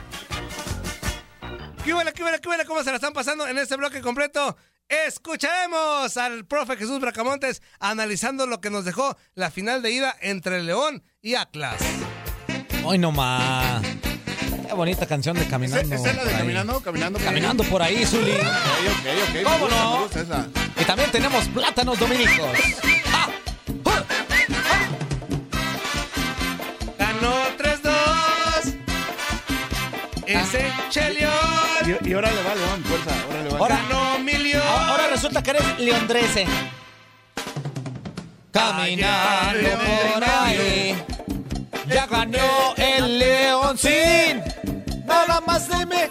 S10: ¿Qué huele, qué huele, qué huele? ¿Cómo se la están pasando en este bloque completo? Escucharemos al profe Jesús Bracamontes analizando lo que nos dejó la final de ida entre León y Atlas.
S6: Hoy no más. Qué bonita canción de Caminando.
S7: ¿Esa es la de Caminando? Caminando por
S6: Caminando
S7: ahí.
S6: por ahí, Zuli.
S7: Ok, ok, ok.
S6: ¿Cómo
S7: Me gusta,
S6: no?
S7: me gusta esa.
S6: Y también tenemos plátanos dominicos. ¡Ah!
S10: Ganó tres dos. Ese Chelión.
S7: Y, y ahora le va León, fuerza. Ahora le va.
S6: Ahora,
S10: Ganó Milión.
S6: ahora resulta que eres leondrese. Caminando por ahí. Ya ganó el Leoncín. Nada más de me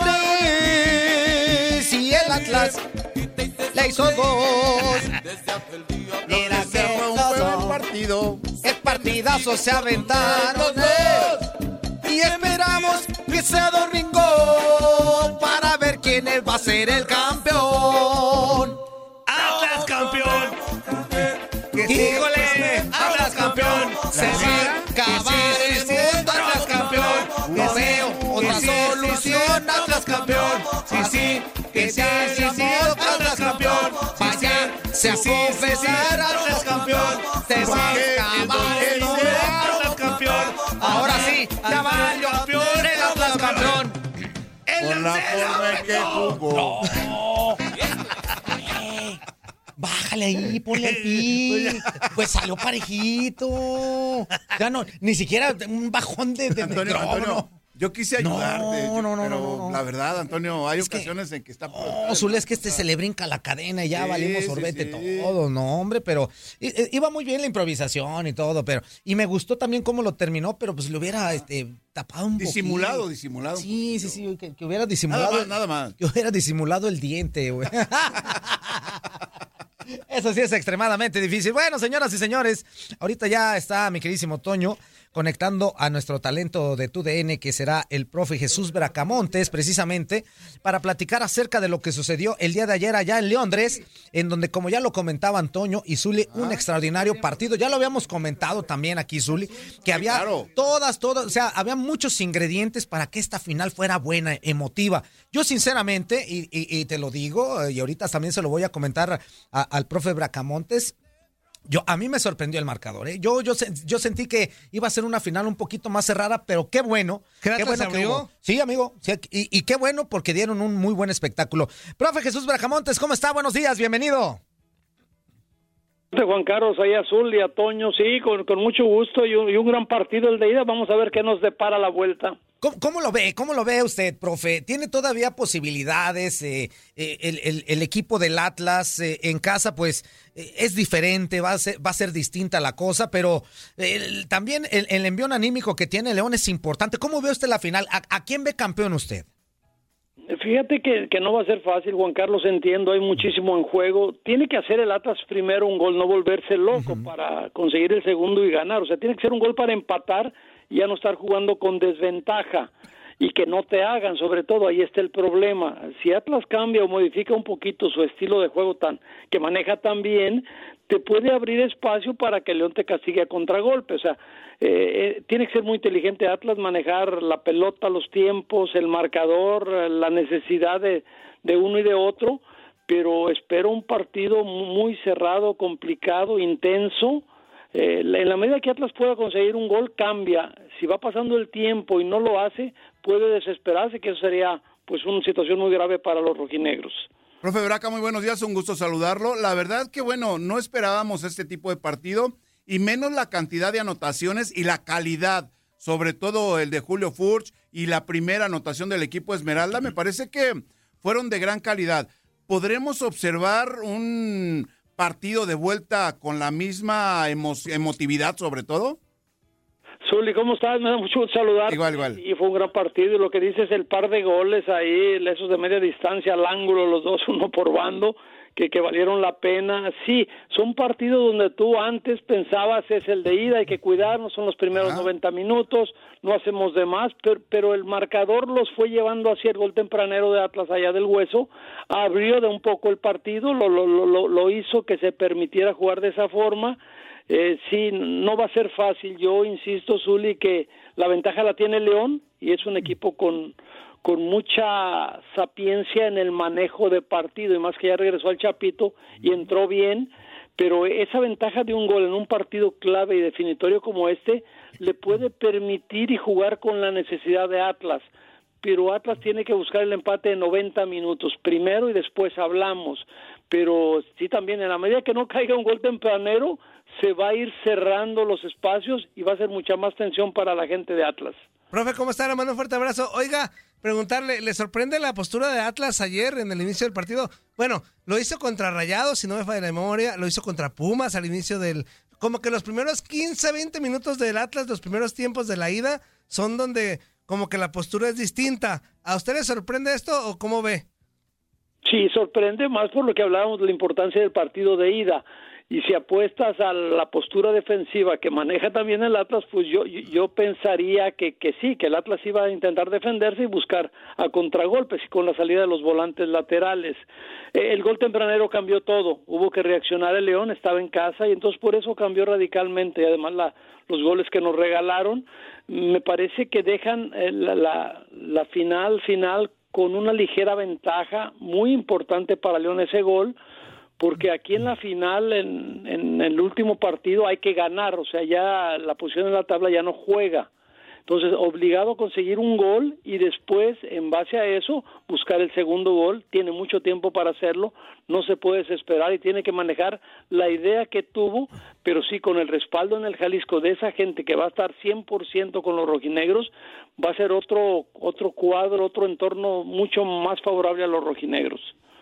S6: clavé. Si el Atlas le hizo dos. Mira que
S7: fue un buen partido.
S6: El partidazo se aventaron dos. Y esperamos que sea domingo para ver quién va a ser el campeón.
S10: Atlas campeón.
S6: ¡Híjole! ¡Atlas campeón! ¡Se va a acabar el mundo! ¡Atlas campeón! No veo otra solución. ¡Atlas campeón! Sí, sí, que sí, sí, sí, ¡Atlas campeón! Vaya, se confesar, ¡Atlas campeón! ¡Se va a acabar el mundo! ¡Atlas campeón! Ahora sí, ya va el campeón, el Atlas campeón.
S7: Por la forma en que jugó.
S6: Bájale ahí, ponle el pi. Pues salió parejito. Ya no, ni siquiera un bajón de, de
S7: Antonio,
S6: micrófono.
S7: Antonio, yo quise
S6: No,
S7: ayudarte.
S6: no, no,
S7: pero
S6: no, no.
S7: la verdad, Antonio, hay
S6: Es que-
S7: ocasiones en que está...
S6: No, Zul, es que este se le brinca la cadena y ya
S7: Sí,
S6: valimos
S7: sí,
S6: sorbete
S7: sí.
S6: todo, no, hombre, pero i- i- iba muy bien la improvisación y todo, pero y me gustó también cómo lo terminó, pero pues le hubiera este, tapado un poquito.
S7: Disimulado, disimulado.
S6: Sí, sí, sí, que, que hubiera disimulado.
S7: Nada más, nada más.
S6: Que hubiera disimulado el diente, güey. Eso sí es extremadamente difícil. Bueno, señoras y señores, ahorita ya está mi queridísimo Toño conectando a nuestro talento de Tu D N, que será el profe Jesús Bracamontes, precisamente, para platicar acerca de lo que sucedió el día de ayer allá en Londres, en donde, como ya lo comentaba Antonio y Zuli, un extraordinario partido. Ya lo habíamos comentado también aquí, Zuli, que había
S7: claro.
S6: todas, todas, o sea, había muchos ingredientes para que esta final fuera buena, emotiva. Yo, sinceramente, y, y- y te lo digo, y ahorita también se lo voy a comentar a- al profe Bracamontes, yo, a mí me sorprendió el marcador, ¿eh? Yo, yo, sen- yo sentí que iba a ser una final un poquito más cerrada, pero qué bueno.
S10: ¿Que el
S6: Qué
S10: Atlas
S6: bueno que
S10: abrió?
S6: hubo. Sí, amigo. Sí, y, y qué bueno porque dieron un muy buen espectáculo. Profe Jesús Bracamontes, ¿cómo está? Buenos días, bienvenido.
S16: De Juan Carlos, ahí a Azul y a Toño, sí, con, con mucho gusto y un, y un gran partido el de ida. Vamos a ver qué nos depara la vuelta.
S6: ¿Cómo, cómo lo ve? ¿Cómo lo ve usted, profe? ¿Tiene todavía posibilidades? Eh, eh, el, el- el equipo del Atlas eh, en casa, pues, eh, es diferente, va a ser, va a ser distinta la cosa, pero eh, el- también el, el envión anímico que tiene León es importante. ¿Cómo ve usted la final? ¿A, a quién ve campeón usted?
S16: Fíjate que, que no va a ser fácil, Juan Carlos, entiendo, hay muchísimo en juego. Tiene que hacer el Atlas primero un gol, no volverse loco para conseguir el segundo y ganar. O sea, tiene que ser un gol para empatar y ya no estar jugando con desventaja y que no te hagan, sobre todo, ahí está el problema. Si Atlas cambia o modifica un poquito su estilo de juego tan que maneja tan bien, te puede abrir espacio para que León te castigue a contragolpe. O sea, eh, eh, tiene que ser muy inteligente Atlas, manejar la pelota, los tiempos, el marcador, eh, la necesidad de, de uno y de otro, pero espero un partido muy cerrado, complicado, intenso. Eh, en la medida que Atlas pueda conseguir un gol, cambia. Si va pasando el tiempo y no lo hace, puede desesperarse, que eso sería pues una situación muy grave para los rojinegros.
S7: Profe Braca, muy buenos días, un gusto saludarlo. La verdad que, bueno, no esperábamos este tipo de partido y menos la cantidad de anotaciones y la calidad, sobre todo el de Julio Furch y la primera anotación del equipo Esmeralda, me parece que fueron de gran calidad. ¿Podremos observar un partido de vuelta con la misma emo- emotividad, sobre todo?
S16: Zuli, ¿cómo estás? Me da mucho gusto saludar.
S7: Igual, igual.
S16: Y fue un gran partido. Y lo que dices, el par de goles ahí, esos de media distancia al ángulo, los dos, uno por bando, que, que valieron la pena. Sí, son partidos donde tú antes pensabas es el de ida, hay que cuidarnos, son los primeros Ajá. noventa minutos, no hacemos de más, pero, pero el marcador los fue llevando hacia el gol tempranero de Atlas allá del Hueso, abrió de un poco el partido, lo, lo, lo, lo hizo que se permitiera jugar de esa forma. Eh, sí, no va a ser fácil. Yo insisto, Zuli, que la ventaja la tiene León y es un equipo con, con mucha sapiencia en el manejo de partido, y más que ya regresó al Chapito y entró bien, pero esa ventaja de un gol en un partido clave y definitorio como este le puede permitir y jugar con la necesidad de Atlas, pero Atlas tiene que buscar el empate en noventa minutos primero y después hablamos, pero sí también en la medida que no caiga un gol tempranero se va a ir cerrando los espacios y va a ser mucha más tensión para la gente de Atlas.
S10: Profe, ¿cómo está? Le mando un fuerte abrazo. Oiga, preguntarle, ¿le sorprende la postura de Atlas ayer en el inicio del partido? Bueno, lo hizo contra Rayados, si no me falla la memoria, lo hizo contra Pumas al inicio del... Como que los primeros quince, veinte minutos del Atlas, los primeros tiempos de la ida, son donde como que la postura es distinta. ¿A usted le sorprende esto o cómo ve?
S16: Sí, sorprende más por lo que hablábamos de la importancia del partido de ida. Y si apuestas a la postura defensiva que maneja también el Atlas, pues yo yo pensaría que, que sí, que el Atlas iba a intentar defenderse y buscar a contragolpes y con la salida de los volantes laterales. Eh, el gol tempranero cambió todo, hubo que reaccionar el León, estaba en casa y entonces por eso cambió radicalmente. Y además la, los goles que nos regalaron, me parece que dejan eh, la, la, la final final con una ligera ventaja muy importante para León ese gol, porque aquí en la final, en, en el último partido, hay que ganar, o sea, ya la posición en la tabla ya no juega. Entonces, obligado a conseguir un gol y después, en base a eso, buscar el segundo gol. Tiene mucho tiempo para hacerlo, no se puede desesperar y tiene que manejar la idea que tuvo, pero sí con el respaldo en el Jalisco de esa gente que va a estar cien por ciento con los rojinegros, va a ser otro, otro cuadro, otro entorno mucho más favorable a los rojinegros.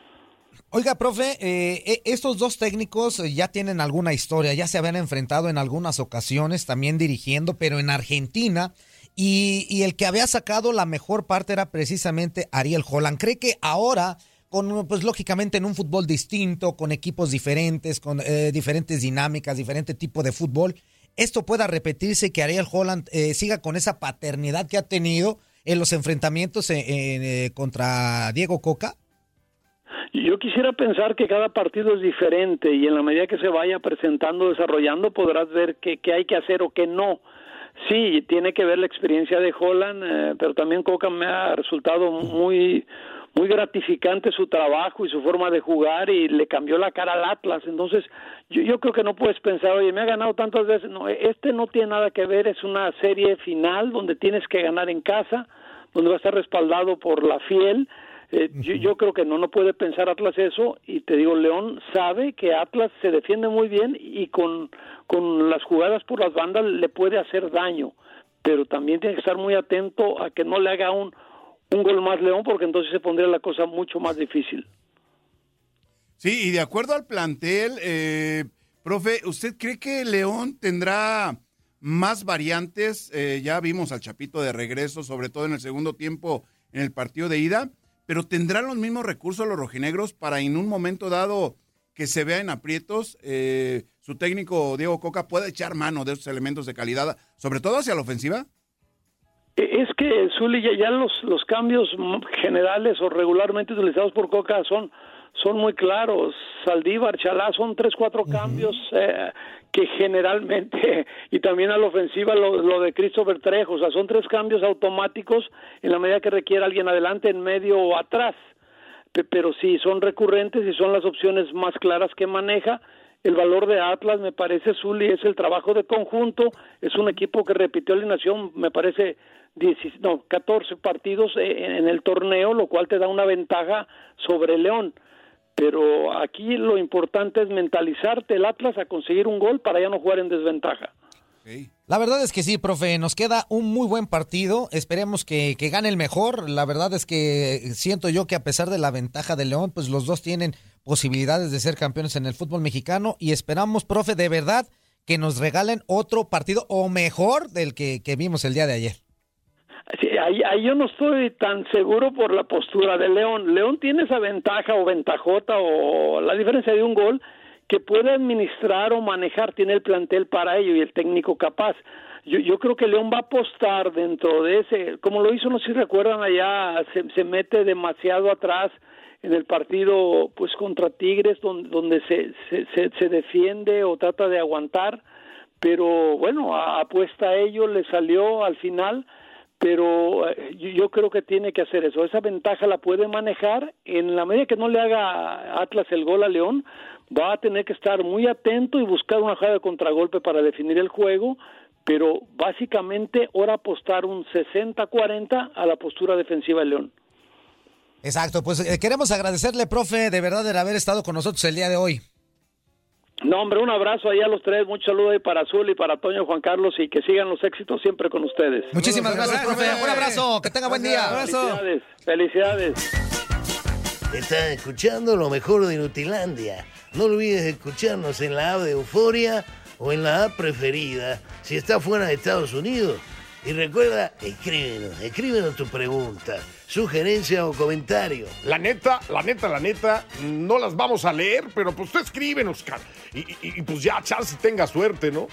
S17: Oiga, profe, eh, estos dos técnicos ya tienen alguna historia, ya se habían enfrentado en algunas ocasiones también dirigiendo, pero en Argentina, y, y el que había sacado la mejor parte era precisamente Ariel Holland. ¿Cree que ahora, con pues lógicamente en un fútbol distinto, con equipos diferentes, con eh, diferentes dinámicas, diferente tipo de fútbol, esto pueda repetirse, que Ariel Holland eh, siga con esa paternidad que ha tenido en los enfrentamientos en, en, eh, contra Diego Coca?
S16: Yo quisiera pensar que cada partido es diferente y en la medida que se vaya presentando, desarrollando, podrás ver qué, qué hay que hacer o qué no. Sí, tiene que ver la experiencia de Holland, eh, pero también Coca me ha resultado muy, muy gratificante su trabajo y su forma de jugar y le cambió la cara al Atlas. Entonces, yo, yo creo que no puedes pensar, oye, me ha ganado tantas veces. No, este no tiene nada que ver, es una serie final donde tienes que ganar en casa, donde va a estar respaldado por la fiel. Eh, yo, yo creo que no, no puede pensar Atlas eso, y te digo, León sabe que Atlas se defiende muy bien y con, con las jugadas por las bandas le puede hacer daño, pero también tiene que estar muy atento a que no le haga un, un gol más León, porque entonces se pondría la cosa mucho más difícil.
S7: Sí, y de acuerdo al plantel, eh, profe, ¿usted cree que León tendrá más variantes? Eh, ya vimos al Chapito de regreso, sobre todo en el segundo tiempo en el partido de ida, pero ¿tendrán los mismos recursos los rojinegros para en un momento dado que se vea en aprietos, eh, su técnico Diego Coca pueda echar mano de esos elementos de calidad, sobre todo hacia la ofensiva?
S16: Es que, Zuli, ya, ya los, los cambios generales o regularmente utilizados por Coca son, son muy claros. Saldívar, Chalá, son tres, cuatro uh-huh. cambios eh, que generalmente, y también a la ofensiva lo, lo de Christopher Trejo, o sea, son tres cambios automáticos en la medida que requiere alguien adelante, en medio o atrás. Pero sí, son recurrentes y son las opciones más claras que maneja. El valor de Atlas, me parece, Zuli, es el trabajo de conjunto. Es un equipo que repitió alineación, me parece, diez, no, catorce partidos en el torneo, lo cual te da una ventaja sobre León. Pero aquí lo importante es mentalizarte el Atlas a conseguir un gol para ya no jugar en desventaja.
S17: La verdad es que sí, profe, nos queda un muy buen partido, esperemos que, que gane el mejor. La verdad es que siento yo que a pesar de la ventaja de León, pues los dos tienen posibilidades de ser campeones en el fútbol mexicano y esperamos, profe, de verdad que nos regalen otro partido o mejor del que, que vimos el día de ayer.
S16: Sí, ahí, ahí yo no estoy tan seguro por la postura de León. León tiene esa ventaja o ventajota o la diferencia de un gol que puede administrar o manejar, tiene el plantel para ello y el técnico capaz. Yo, yo creo que León va a apostar dentro de ese, como lo hizo, no sé si recuerdan allá, se, se mete demasiado atrás en el partido pues contra Tigres, donde, donde se, se, se, se defiende o trata de aguantar, pero bueno, a, apuesta a ello, le salió al final, pero eh, yo, yo creo que tiene que hacer eso, esa ventaja la puede manejar, en la medida que no le haga Atlas el gol a León, va a tener que estar muy atento y buscar una jugada de contragolpe para definir el juego, pero básicamente ahora apostar un sesenta cuarenta a la postura defensiva de León.
S17: Exacto, pues eh, queremos agradecerle, profe, de verdad, de haber estado con nosotros el día de hoy.
S16: No, hombre, un abrazo ahí a los tres, mucho saludo ahí para Azul y para Toño, Juan Carlos, y que sigan los éxitos siempre con ustedes.
S17: Muchísimas gracias, profe. Un abrazo, que tenga buen día.
S16: Felicidades, felicidades.
S2: Estás escuchando lo mejor de Inutilandia. No olvides escucharnos en la app de Euforia o en la app preferida si estás fuera de Estados Unidos. Y recuerda, escríbenos, escríbenos tu pregunta, sugerencia o comentario.
S3: La neta, la neta, la neta, no las vamos a leer, pero pues tú escríbenos, cara. Y, y, y pues ya, chance tenga suerte, ¿no?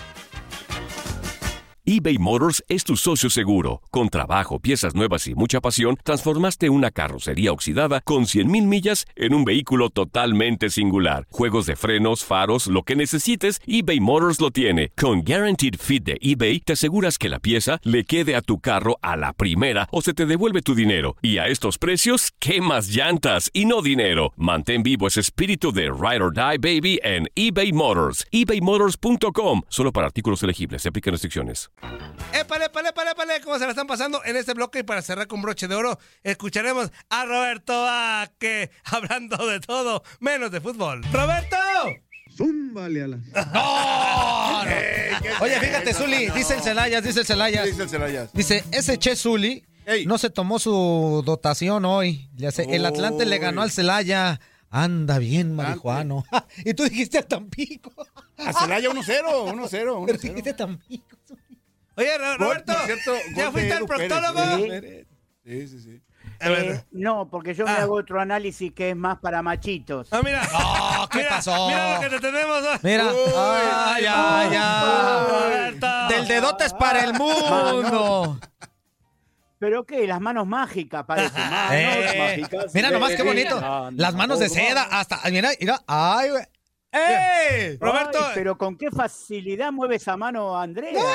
S1: eBay Motors es tu socio seguro. Con trabajo, piezas nuevas y mucha pasión, transformaste una carrocería oxidada con cien mil millas en un vehículo totalmente singular. Juegos de frenos, faros, lo que necesites, eBay Motors lo tiene. Con Guaranteed Fit de eBay, te aseguras que la pieza le quede a tu carro a la primera o se te devuelve tu dinero. Y a estos precios, ¿qué más llantas y no dinero? Mantén vivo ese espíritu de Ride or Die, baby, en eBay Motors. ebay motors punto com. Solo para artículos elegibles. Se aplican restricciones.
S10: ¡Épale, épale, épale, épale! ¿Cómo se la están pasando en este bloque? Y para cerrar con broche de oro, escucharemos a Roberto Vaque hablando de todo, menos de fútbol. ¡Roberto!
S18: ¡Zúmbale a la...
S17: ¡No! no. Oye, fíjate, Zuli, dice el Celayas, dice el Celayas.
S7: Dice el Celayas.
S17: Dice, ese Che Zuli no se tomó su dotación hoy. Le hace, el Atlante le ganó al Celaya. Anda bien, marihuano. Y tú dijiste a Tampico.
S7: A Celaya uno cero, uno cero.
S17: Pero dijiste Tampico.
S10: Oye, Roberto,
S7: cierto,
S10: ¿ya fuiste al proctólogo?
S7: Sí, sí, sí.
S19: Eh, no, porque yo
S10: Ah.
S19: me hago otro análisis que es más para machitos.
S10: Ah, mira.
S17: Oh, ¿qué
S10: mira,
S17: pasó?
S10: Mira lo que te tenemos.
S17: Mira.
S10: Uy,
S17: Ay, ay, ay.
S10: Roberto.
S17: Del dedote es para el mundo.
S19: ¿Pero qué? Las manos mágicas, parece. Manos
S17: Eh,
S19: mágicas.
S17: mira nomás qué
S19: Sí.
S17: bonito.
S19: No,
S17: Las manos de
S19: no,
S17: seda, hasta. Mira, mira. Ay, güey. ¡Ey!
S10: Roberto.
S19: Ay, pero con qué facilidad mueve esa mano Andrea. ¿eh?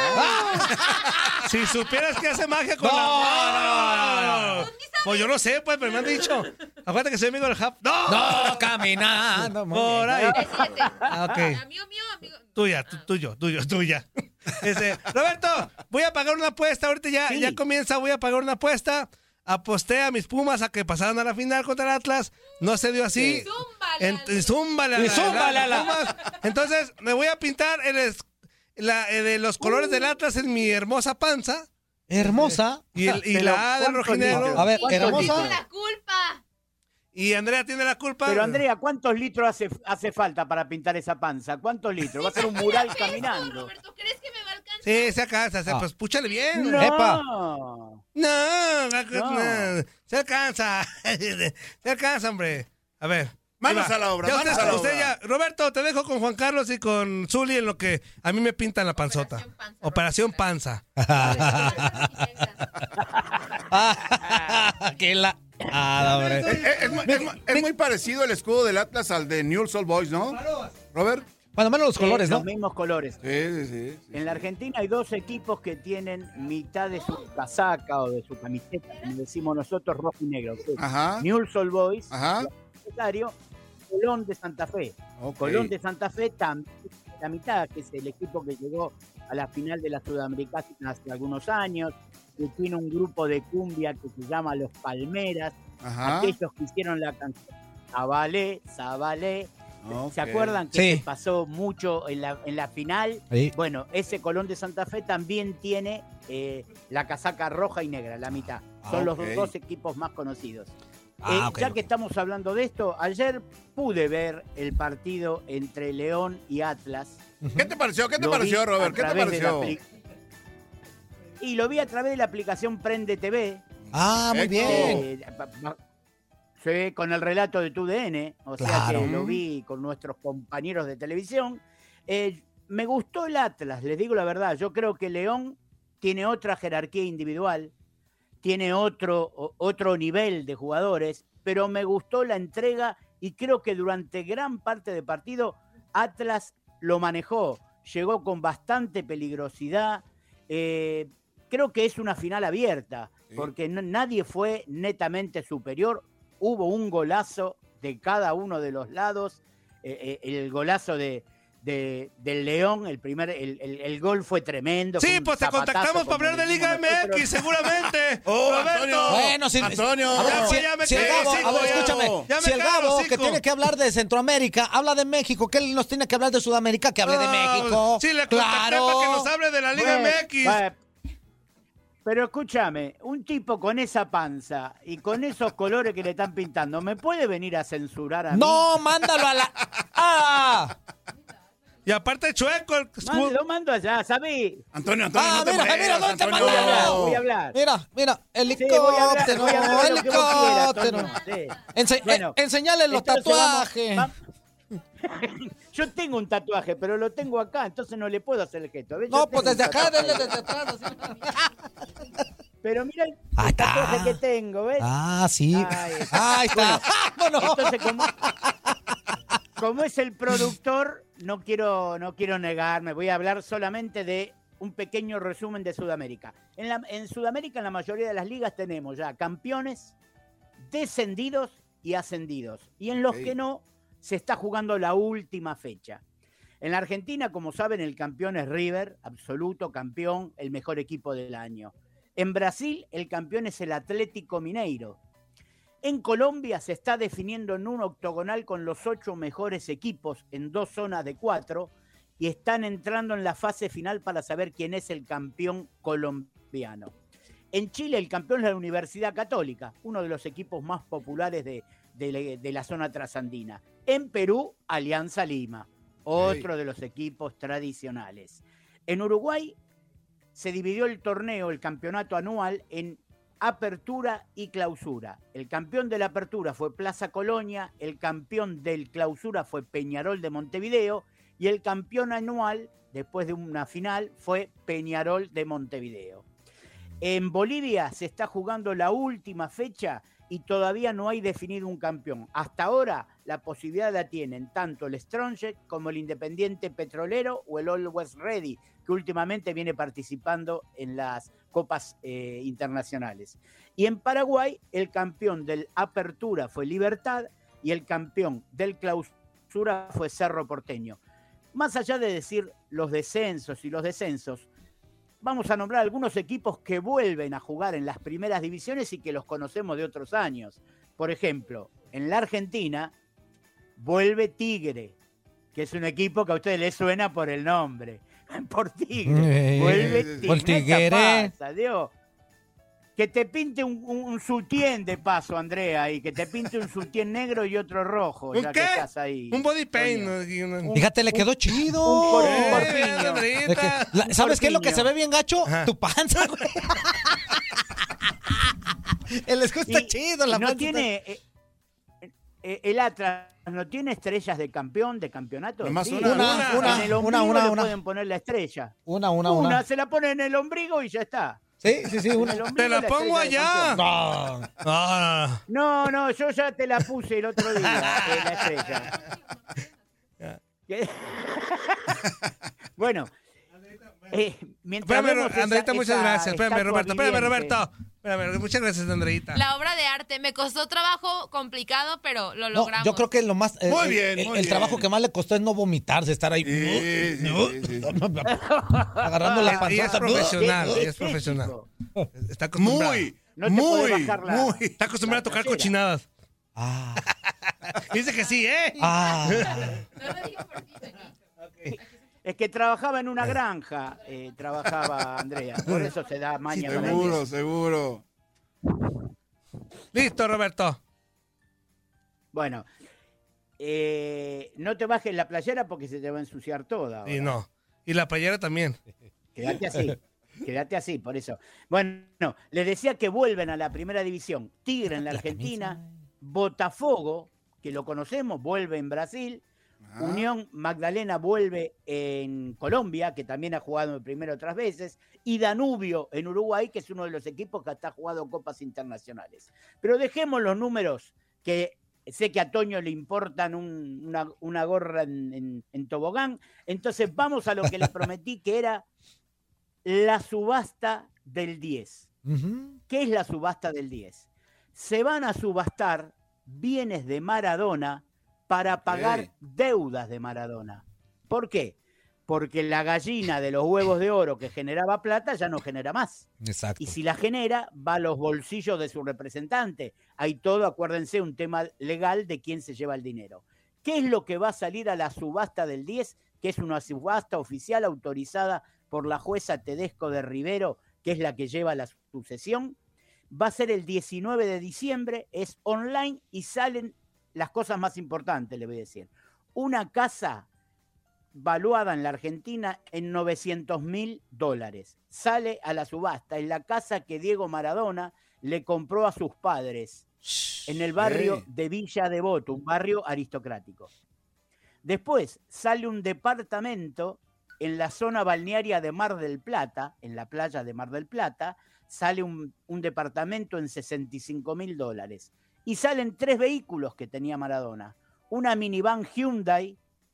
S10: Si supieras que hace magia con
S17: No,
S10: la...
S17: no,
S10: no, no. Pues yo no sé, pues, pero me han dicho. Acuérdate que soy amigo del Hub. ¡No!
S17: No, caminando. muy
S10: Por
S17: bien.
S10: ahí.
S20: Siete.
S10: Ah, ok.
S20: Amigo mío, amigo.
S10: Tuya, tu- tuyo, tuyo, tuya. Ese, Roberto, voy a pagar una apuesta. Ahorita ya,
S19: Sí.
S10: ya comienza, voy a pagar una apuesta. Aposté a mis Pumas a que pasaran a la final contra el Atlas. No se dio así.
S20: Zúmbale.
S10: En- y zúmbale a
S17: Y
S10: la-
S17: zúmbale a la-
S10: Pumas. Entonces, me voy a pintar el es- la, eh, de los colores del Atlas en mi hermosa panza.
S17: Hermosa.
S10: Y, el, y
S19: Pero,
S10: la A del
S19: ¿cuántos
S10: rojinegro.
S19: litros?
S17: A ver,
S19: ¿Cuántos
S17: hermosa.
S19: litros?
S20: Tiene la culpa.
S10: Y Andrea tiene la culpa.
S19: Pero Andrea, ¿cuántos litros hace, hace falta para pintar esa panza? ¿Cuántos litros? Va a ser un mural caminando.
S20: Roberto, ¿crees que me va a alcanzar?
S10: Sí, se alcanza. se-
S17: Ah.
S10: Pues púchale bien.
S19: No.
S17: Epa.
S10: No, no,
S19: No.
S10: se alcanza. Se alcanza, hombre. A ver.
S7: Manos
S10: ahí va.
S7: a la obra,
S10: Ya
S7: manos
S10: usted-
S7: a la
S10: usted
S7: obra.
S10: ya- Roberto, te dejo con Juan Carlos y con Zuli en lo que a mí me pintan la panzota.
S20: Operación panza,
S10: Operación panza.
S17: Que la. Ah, hombre.
S7: Es, es- es muy- es muy- es muy parecido el escudo del Atlas al de Newell's Old Boys, ¿no? Robert.
S17: Cuando menos los colores,
S19: Sí,
S17: ¿no?
S19: Los mismos colores.
S7: Sí, sí, sí. sí.
S19: En la Argentina hay dos equipos que tienen mitad de su casaca o de su camiseta, como decimos nosotros, rojo y negro. que es
S7: Ajá.
S19: Newell's Old Boys,
S7: Ajá.
S19: secretario, Colón de Santa Fe.
S7: Ok.
S19: Colón de Santa Fe también la mitad, que es el equipo que llegó a la final de la Sudamericana hace algunos años, que tiene un grupo de cumbia que se llama Los Palmeras,
S7: Ajá.
S19: aquellos que hicieron la canción Zabalé, Zabalé.
S7: Ok.
S19: ¿Se acuerdan que
S17: Sí.
S19: se pasó mucho en la, en la final?
S17: Sí.
S19: Bueno, ese Colón de Santa Fe también tiene eh, la casaca roja y negra, la mitad. Son
S7: Ah,
S19: los
S7: ok.
S19: dos equipos más conocidos.
S17: Ah,
S19: Eh,
S17: ok,
S19: ya
S17: ok.
S19: que estamos hablando de esto, ayer pude ver el partido entre León y Atlas
S7: ¿Qué te pareció? ¿Qué te
S19: Lo
S7: pareció,
S19: vi
S7: Robert?
S19: a
S7: ¿Qué te
S19: través de la
S7: pareció?
S19: apli- Y lo vi a través de la aplicación Prende T V.
S17: Ah, muy bien.
S19: Eh, pa- pa- sí, con el relato de T U D N, o
S17: Claro.
S19: sea que lo vi con nuestros compañeros de televisión. Eh, me gustó el Atlas, les digo la verdad. Yo creo que León tiene otra jerarquía individual, tiene otro, o- otro nivel de jugadores, pero me gustó la entrega y creo que durante gran parte del partido Atlas lo manejó, llegó con bastante peligrosidad. Eh, creo que es una final abierta, porque no- nadie fue netamente superior. Hubo un golazo de cada uno de los lados. Eh, eh, el golazo de, de- del León, el primer, el, el- el gol fue tremendo. fue
S10: Sí,
S19: un
S10: pues te
S19: zapatazo,
S10: contactamos para
S19: como
S10: hablar de
S19: decimos
S10: Liga
S19: nosotros.
S10: M X, seguramente.
S7: Oh,
S10: Roberto.
S7: Antonio.
S17: Bueno, si,
S7: Antonio.
S17: a ver,
S10: Ya,
S17: si,
S10: ya me
S17: si el
S10: quedé
S17: Gabo,
S10: cinco,
S17: a ver,
S10: ya.
S17: escúchame,
S10: Ya me
S17: si el
S10: quedé
S17: Gabo,
S10: cinco.
S17: que tiene que hablar de Centroamérica, habla de México, que él nos tiene que hablar de Sudamérica, que hable de
S10: Ah,
S17: México.
S10: Sí, le contacté
S17: claro.
S10: para que nos hable de la Liga
S19: Bueno,
S10: M X.
S19: bueno, pero escúchame, un tipo con esa panza y con esos colores que le están pintando, ¿me puede venir a censurar a mí?
S17: No, mándalo a la... ¡Ah!
S10: Y aparte chueco el
S19: Man- lo mando allá, ¿sabí?
S7: Antonio, Antonio,
S17: Ah,
S7: no te
S17: mira,
S7: muevas,
S17: mira, ¿dónde te
S7: Antonio.
S19: Voy a hablar,
S17: mandó?
S19: voy a hablar.
S17: Mira, mira,
S19: Sí, voy a hablar,
S17: helicóptero,
S19: voy a hablar de lo que vos quieras,
S17: helicóptero.
S19: Toño, sí.
S17: Ense-
S19: Bueno,
S17: eh, enseñale los
S19: entonces vamos-
S17: tatuajes.
S19: vam- Yo tengo un tatuaje, pero lo tengo acá, entonces no le puedo hacer el gesto. ¿ves? Yo
S17: No, pues
S19: tengo un
S17: desde acá,
S19: tatuaje.
S17: desde, desde atrás. así.
S19: Pero mira el,
S17: Ahí
S19: el
S17: está.
S19: tatuaje que tengo, ¿ves?
S17: Ah, sí.
S19: Ahí está.
S17: Ahí está. Vámonos.
S19: Entonces, como, como es el productor, no quiero, no quiero negarme, voy a hablar solamente de un pequeño resumen de Sudamérica. En, la, en Sudamérica, en la mayoría de las ligas, tenemos ya campeones, descendidos y ascendidos. Y en los
S7: Ok.
S19: que no, se está jugando la última fecha. En la Argentina, como saben, el campeón es River, absoluto campeón, el mejor equipo del año. En Brasil, el campeón es el Atlético Mineiro. En Colombia se está definiendo en un octogonal con los ocho mejores equipos en dos zonas de cuatro y están entrando en la fase final para saber quién es el campeón colombiano. En Chile el campeón es la Universidad Católica, uno de los equipos más populares de, de- de la zona trasandina. En Perú, Alianza Lima, otro de los equipos tradicionales. En Uruguay se dividió el torneo, el campeonato anual, en apertura y clausura. El campeón de la apertura fue Plaza Colonia, el campeón del clausura fue Peñarol de Montevideo y el campeón anual, después de una final, fue Peñarol de Montevideo. En Bolivia se está jugando la última fecha y todavía no hay definido un campeón. Hasta ahora la posibilidad la tienen tanto el Strongest como el Independiente Petrolero o el Always Ready, que últimamente viene participando en las copas eh, internacionales. Y en Paraguay el campeón del Apertura fue Libertad y el campeón del Clausura fue Cerro Porteño. Más allá de decir los descensos y los descensos, vamos a nombrar algunos equipos que vuelven a jugar en las primeras divisiones y que los conocemos de otros años. Por ejemplo, en la Argentina vuelve Tigre, que es un equipo que a ustedes les suena por el nombre. Por Tigre.
S17: Eh,
S19: Vuelve
S17: por
S19: Tigre.
S17: Tigre.
S19: ¿Qué pasa, Dios? Que te pinte un, un, un sutién de paso, Andrea, y que te pinte un sutién negro y otro rojo,
S10: ¿Un
S19: ya
S10: qué?
S19: que estás ahí.
S10: Un body paint.
S19: Toño.
S10: ¿no? Y una-
S19: Un-
S17: Fíjate, le quedó chido.
S19: un cor-
S10: Eh,
S19: corpiño.
S10: Andreita.
S17: De que- la-
S19: Un
S17: ¿Sabes qué es lo que
S19: corpiño.
S17: se ve bien gacho?
S10: Ajá.
S17: Tu panza, güey. El escudo está
S19: Y-
S17: chido, la
S19: y no
S17: panza
S19: tiene eh, eh, el Atlas no tiene estrellas de campeón, de campeonato.
S7: Nomás
S19: Sí,
S7: una,
S17: una, una,
S19: en el
S17: una,
S19: ombligo
S17: una,
S19: le
S17: una.
S19: pueden poner la estrella.
S17: está- Una, una,
S19: Una,
S17: una.
S19: se la pone en el ombligo y ya está.
S17: Sí, sí, sí,
S19: En
S17: una.
S19: el ombligo
S10: Te la pongo
S19: estrella de
S10: allá.
S19: campeón.
S17: No.
S10: Ah,
S19: No, no, yo ya te la puse el otro día, eh, la estrella. ¿Qué? Bueno, eh, mientras
S10: espérame,
S19: vemos esa-
S10: Andreita, muchas
S19: esa
S10: gracias. Espérame,
S19: estatua
S10: Roberto. Espérame,
S19: viviente.
S10: Roberto. Espérame, muchas gracias, Andreita.
S20: La obra de arte. Me costó trabajo complicado, pero lo
S17: No,
S20: logramos.
S17: yo creo que lo más. eh,
S7: Muy
S17: el-
S7: bien,
S17: el,
S7: muy
S17: el
S7: bien.
S17: trabajo que más le costó es no vomitarse, estar ahí.
S7: Sí, sí, sí, sí.
S17: Agarrando la
S10: Y es
S17: panzota.
S10: profesional,
S19: ¿Qué-
S10: y
S19: qué
S10: es profesional.
S19: eso?
S10: Está acostumbrado.
S7: Muy,
S19: No te puede
S7: muy,
S19: bajar la-
S7: muy.
S10: Está acostumbrado a tocar
S19: trasera.
S10: cochinadas.
S17: Ah,
S10: Dice que sí, ¿eh?
S17: ah.
S20: No lo digo por ti, Toño.
S19: Es que trabajaba en una granja, eh, trabajaba Andrea. Por eso se da maña para
S7: Seguro,
S19: eso.
S7: seguro.
S10: Listo, Roberto.
S19: Bueno, eh, no te bajes la playera porque se te va a ensuciar toda.
S10: Y no. Y la playera también.
S19: Quédate así. Quédate así, por eso. Bueno, les decía que vuelven a la primera división. Tigre en la Argentina, Botafogo, que lo conocemos, vuelve en Brasil. Ah. Unión Magdalena vuelve en Colombia, que también ha jugado en primera otras veces, y Danubio en Uruguay, que es uno de los equipos que hasta ha jugado copas internacionales. Pero dejemos los números, que sé que a Toño le importan un, una, una gorra en, en, en tobogán. Entonces vamos a lo que le prometí, que era la subasta del diez. Uh-huh. ¿Qué es la subasta del diez? Se van a subastar bienes de Maradona para pagar okay. deudas de Maradona. ¿Por qué? Porque la gallina de los huevos de oro que generaba plata ya no genera más.
S17: Exacto.
S19: Y si la genera, va a los bolsillos de su representante. Hay todo, acuérdense, un tema legal de quién se lleva el dinero. ¿Qué es lo que va a salir a la subasta del diez? Que es una subasta oficial autorizada por la jueza Tedesco de Rivero, que es la que lleva la sucesión. Va a ser el diecinueve de diciembre, es online y salen las cosas más importantes, le voy a decir. Una casa valuada en la Argentina en novecientos mil dólares. Sale a la subasta. Es la casa que Diego Maradona le compró a sus padres en el barrio de Villa Devoto, un barrio aristocrático. Después sale un departamento en la zona balnearia de Mar del Plata, en la playa de Mar del Plata, sale un, un departamento en sesenta y cinco mil dólares. Y salen tres vehículos que tenía Maradona. Una minivan Hyundai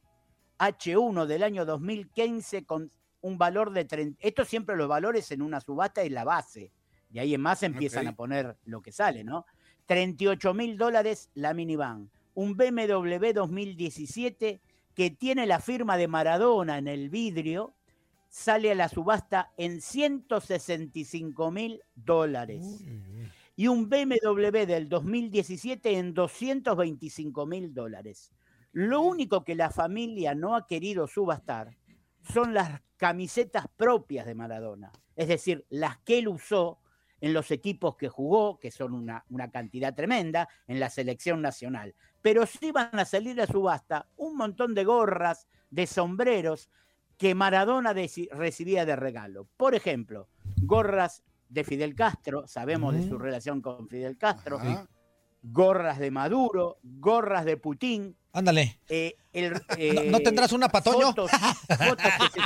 S19: H uno del año dos mil quince con un valor de treinta. Esto siempre los valores en una subasta es la base. De ahí en más empiezan okay. a poner lo que sale, ¿no? treinta y ocho mil dólares la minivan. Un B M W dos mil diecisiete que tiene la firma de Maradona en el vidrio, sale a la subasta en ciento sesenta y cinco mil dólares. Uy, uy. Y un B M W del dos mil diecisiete en doscientos veinticinco mil dólares. Lo único que la familia no ha querido subastar son las camisetas propias de Maradona, es decir, las que él usó en los equipos que jugó, que son una, una cantidad tremenda, en la selección nacional. Pero sí van a salir a subasta un montón de gorras, de sombreros que Maradona de, recibía de regalo. Por ejemplo, gorras de Fidel Castro, sabemos uh-huh. de su relación con Fidel Castro, uh-huh. gorras de Maduro, gorras de Putin.
S17: Ándale.
S19: Eh, el, eh,
S17: ¿No, ¿No tendrás una pa' Toño?
S19: Fotos, fotos que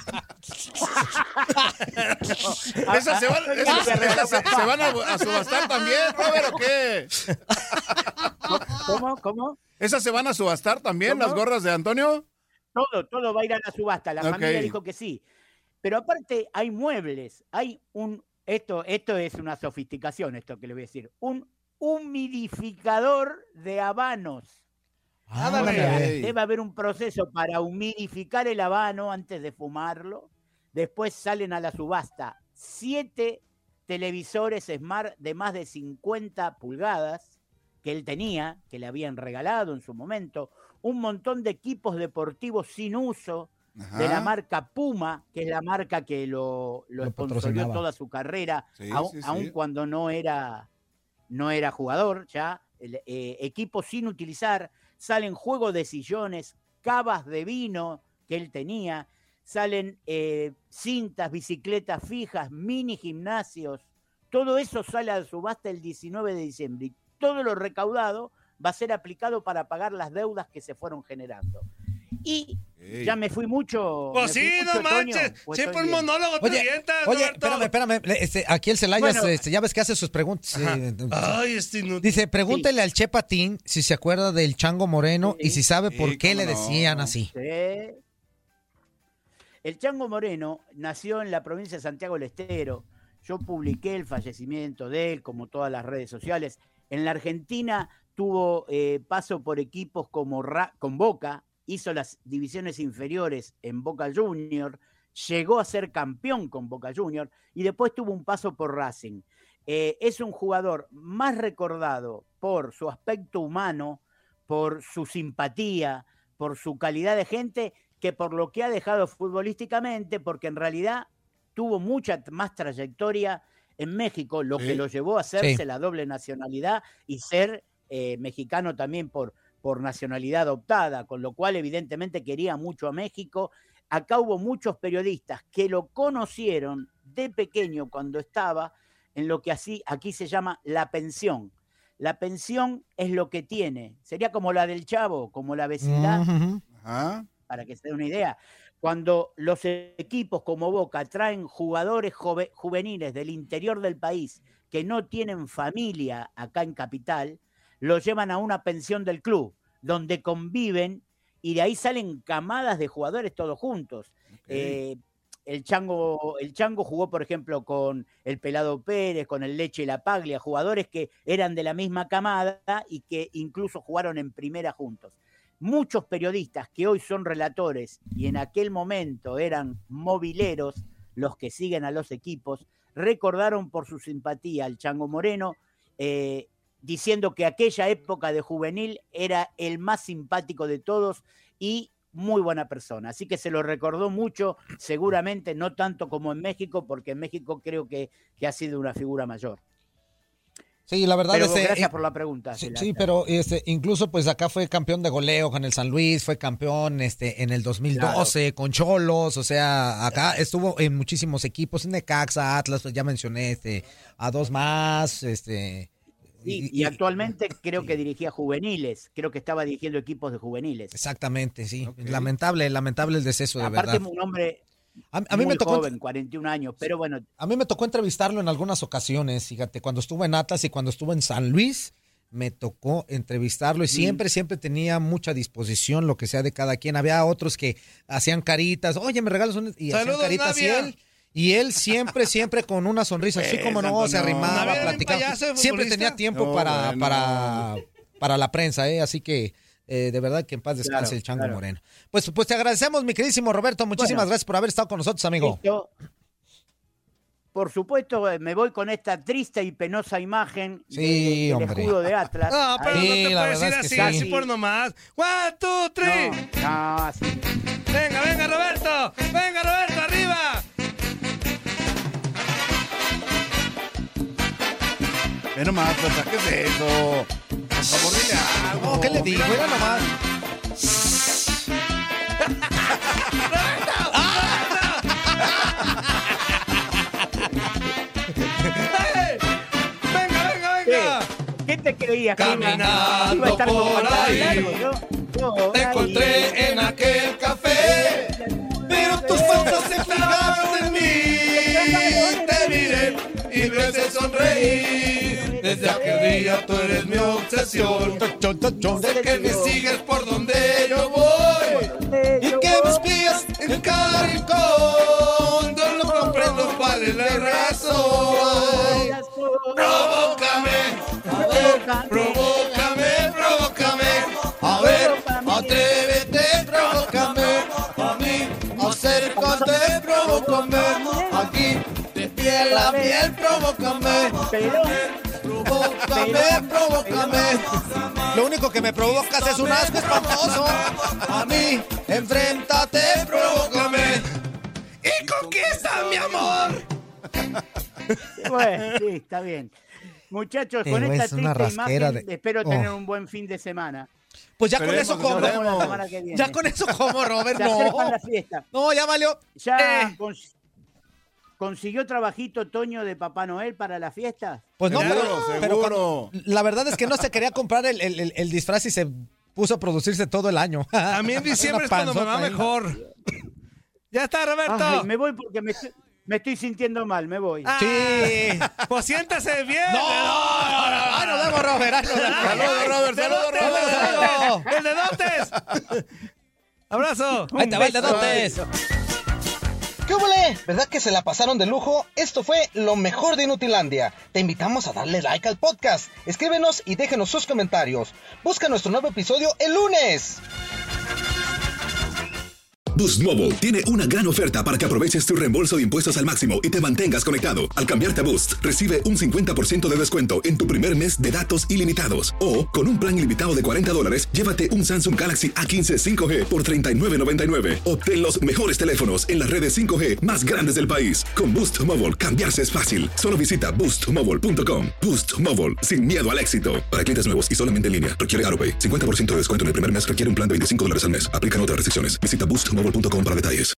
S7: se... no, ¿Esas se van, esas, esas se, se van a, a subastar también, Robert, o qué?
S19: ¿Cómo? ¿Cómo?
S7: ¿Esas se van a subastar también, ¿Cómo? las gorras de Antonio?
S19: Todo, todo va a ir a la subasta. La okay. familia dijo que sí. Pero aparte hay muebles, hay un... Esto, esto es una sofisticación, esto que le voy a decir. Un humidificador de habanos. Ah, o sea, debe haber un proceso para humidificar el habano antes de fumarlo. Después salen a la subasta siete televisores Smart de más de cincuenta pulgadas que él tenía, que le habían regalado en su momento. Un montón de equipos deportivos sin uso. Ajá. De la marca Puma, que es la marca que lo, lo, lo sponsorió toda su carrera, sí, aun, sí, sí. aun cuando no era, no era jugador, ya, el, eh, equipos sin utilizar, salen juegos de sillones, cavas de vino que él tenía, salen eh, cintas, bicicletas fijas, mini gimnasios, todo eso sale a subasta el diecinueve de diciembre y todo lo recaudado va a ser aplicado para pagar las deudas que se fueron generando. Y Ey. ya me fui mucho.
S10: Pues sí,
S19: mucho,
S10: no manches. Siempre un monólogo te avientas,
S17: Oye,
S10: Roberto.
S17: espérame, espérame. Este, aquí el Celaya, bueno, este, ya ves que hace sus preguntas. Eh,
S10: Ay, este inútil.
S17: Dice, pregúntele sí. al Che Patín si se acuerda del Chango Moreno sí. y si sabe por sí, qué le decían no. así.
S19: Sí. El Chango Moreno nació en la provincia de Santiago del Estero. Yo publiqué el fallecimiento de él, como todas las redes sociales. En la Argentina tuvo eh, paso por equipos como Ra- con Boca, hizo las divisiones inferiores en Boca Junior, llegó a ser campeón con Boca Junior y después tuvo un paso por Racing. Eh, es un jugador más recordado por su aspecto humano, por su simpatía, por su calidad de gente, que por lo que ha dejado futbolísticamente, porque en realidad tuvo mucha más trayectoria en México, lo sí. que lo llevó a hacerse sí. la doble nacionalidad y ser eh, mexicano también por por nacionalidad adoptada, con lo cual evidentemente quería mucho a México. Acá hubo muchos periodistas que lo conocieron de pequeño cuando estaba en lo que así, aquí se llama la pensión. La pensión es lo que tiene, sería como la del Chavo, como la vecindad,
S7: uh-huh. Ajá.
S19: para que se dé una idea. Cuando los equipos como Boca traen jugadores jove- juveniles del interior del país que no tienen familia acá en Capital, los llevan a una pensión del club, donde conviven y de ahí salen camadas de jugadores todos juntos. Okay. Eh, el, Chango, el Chango jugó, por ejemplo, con el Pelado Pérez, con el Leche y la Paglia, jugadores que eran de la misma camada y que incluso jugaron en primera juntos. Muchos periodistas que hoy son relatores y en aquel momento eran mobileros, los que siguen a los equipos, recordaron por su simpatía al Chango Moreno, eh, diciendo que aquella época de juvenil era el más simpático de todos y muy buena persona. Así que se lo recordó mucho, seguramente no tanto como en México, porque en México creo que, que ha sido una figura mayor.
S17: Sí, la verdad
S19: pero,
S17: es
S19: gracias
S17: eh,
S19: por la pregunta.
S17: Sí,
S19: la,
S17: sí pero este, incluso pues acá fue campeón de goleo con el San Luis, fue campeón este en el dos mil doce claro. con Cholos, o sea, acá estuvo en muchísimos equipos, en Necaxa, Atlas, ya mencioné este a dos más, este
S19: Sí, y, y actualmente creo que dirigía juveniles, creo que estaba dirigiendo equipos de juveniles.
S17: Exactamente, sí. Okay. Lamentable, lamentable el deceso, de
S19: Aparte,
S17: verdad.
S19: un hombre
S17: a, a mí
S19: muy
S17: me tocó,
S19: joven, cuarenta y un años, pero bueno.
S17: A mí me tocó entrevistarlo en algunas ocasiones, fíjate, cuando estuvo en Atlas y cuando estuvo en San Luis, me tocó entrevistarlo y siempre, mm. siempre tenía mucha disposición, lo que sea de cada quien. Había otros que hacían caritas, oye, me regalas un... Y
S10: Saludos,
S17: hacían caritas
S10: Navia.
S17: y él... Y él siempre, siempre con una sonrisa, así como no, se arrimaba,
S10: no.
S17: platicaba. Siempre tenía tiempo
S7: No,
S17: para,
S7: bueno.
S17: para, para la prensa, ¿eh? Así que eh, de verdad que en paz descanse
S19: Claro,
S17: el Chango
S19: claro.
S17: Moreno. Pues, pues te agradecemos, mi queridísimo Roberto. Muchísimas
S19: Bueno.
S17: gracias por haber estado con nosotros, amigo.
S19: Listo. Por supuesto, eh, me voy con esta triste y penosa imagen
S17: Sí,
S19: de- del
S17: hombre.
S19: escudo de Atlas.
S10: No, pero
S17: Sí,
S10: no te
S17: la
S10: puedes
S17: verdad
S10: ir
S17: es que
S10: así,
S17: sí.
S10: así por nomás. One, two, three.
S19: No, no, así.
S10: Venga, venga, Roberto. Venga, Roberto, arriba.
S7: Ve nomás, pues, ¿qué es eso? Por favor, dile algo.
S17: No, ¿qué le digo? Era nomás.
S10: ¡Hey! Venga, venga, venga.
S19: ¿Qué te creías? que iba-
S10: Caminando
S19: iba a estar como
S10: por
S19: tan
S10: ahí,
S19: largo, ¿no? No,
S10: Te
S19: ahí.
S10: encontré en aquel café, pero tus ojos se clavaron en mí. Te miré y me hice sonreír. Desde aquel día tú eres mi obsesión. Sé que me sigues por donde yo voy y que me espías en cada rincón. Yo no comprendo cuál es la razón. Provócame, a ver, provócame, provócame. A ver, atrévete, provócame. A mí, acércate, provócame. Aquí, de piel a piel, provócame. Provócame, provócame.
S17: Lo único que me provocas es un asco espantoso.
S10: A mí, enfréntate, provócame. Y conquista, mi amor.
S19: Bueno, sí, está bien. Muchachos,
S17: Te
S19: con
S17: ves
S19: esta
S17: una
S19: triste
S17: rasquera
S19: imagen,
S17: de-
S19: espero tener
S17: Oh.
S19: un buen fin de semana.
S17: Pues ya con
S7: Esperemos,
S17: eso como.
S19: Nos vemos la semana que viene.
S17: Ya con eso como, Robert,
S19: Se
S17: no.
S19: acercan las fiestas.
S17: No, ya valió.
S19: ¿Ya
S17: Eh.
S19: cons- consiguió trabajito Toño de Papá Noel para las fiestas?
S17: Pues no,
S7: Seguro,
S17: pero, pero
S7: seguro.
S17: cuando- la verdad es que no se quería comprar el, el- el- el disfraz y se puso a producirse todo el año.
S10: A mí en diciembre es
S17: Una
S10: cuando me va
S17: panzota ahí.
S10: mejor. Ya está, Roberto.
S19: Ay, me voy porque me estoy, me estoy sintiendo mal, me voy.
S10: Ah,
S17: Sí.
S10: Pues siéntase bien.
S17: No, Ay, nos vemos, Robert. Ay, nos vemos.
S7: Saludos, Robert,
S10: De
S7: saludos,
S10: dotes,
S7: Robert.
S10: de dotes, el de dotes. Abrazo.
S17: Ahí te va el de dotes.
S21: ¿Qué huele? ¿Verdad que se la pasaron de lujo? Esto fue lo mejor de Inutilandia. Te invitamos a darle like al podcast. Escríbenos y déjenos sus comentarios. Busca nuestro nuevo episodio el lunes.
S4: Boost Mobile tiene una gran oferta para que aproveches tu reembolso de impuestos al máximo y te mantengas conectado. Al cambiarte a Boost, recibe un cincuenta por ciento de descuento en tu primer mes de datos ilimitados. O, con un plan ilimitado de cuarenta dólares, llévate un Samsung Galaxy A quince cinco G por treinta y nueve noventa y nueve. Obtén los mejores teléfonos en las redes cinco G más grandes del país. Con Boost Mobile, cambiarse es fácil. Solo visita boost mobile punto com. Boost Mobile, sin miedo al éxito. Para clientes nuevos y solamente en línea, requiere AutoPay. cincuenta por ciento de descuento en el primer mes, requiere un plan de veinticinco dólares al mes. Aplican otras restricciones. Visita boost mobile punto com para detalles.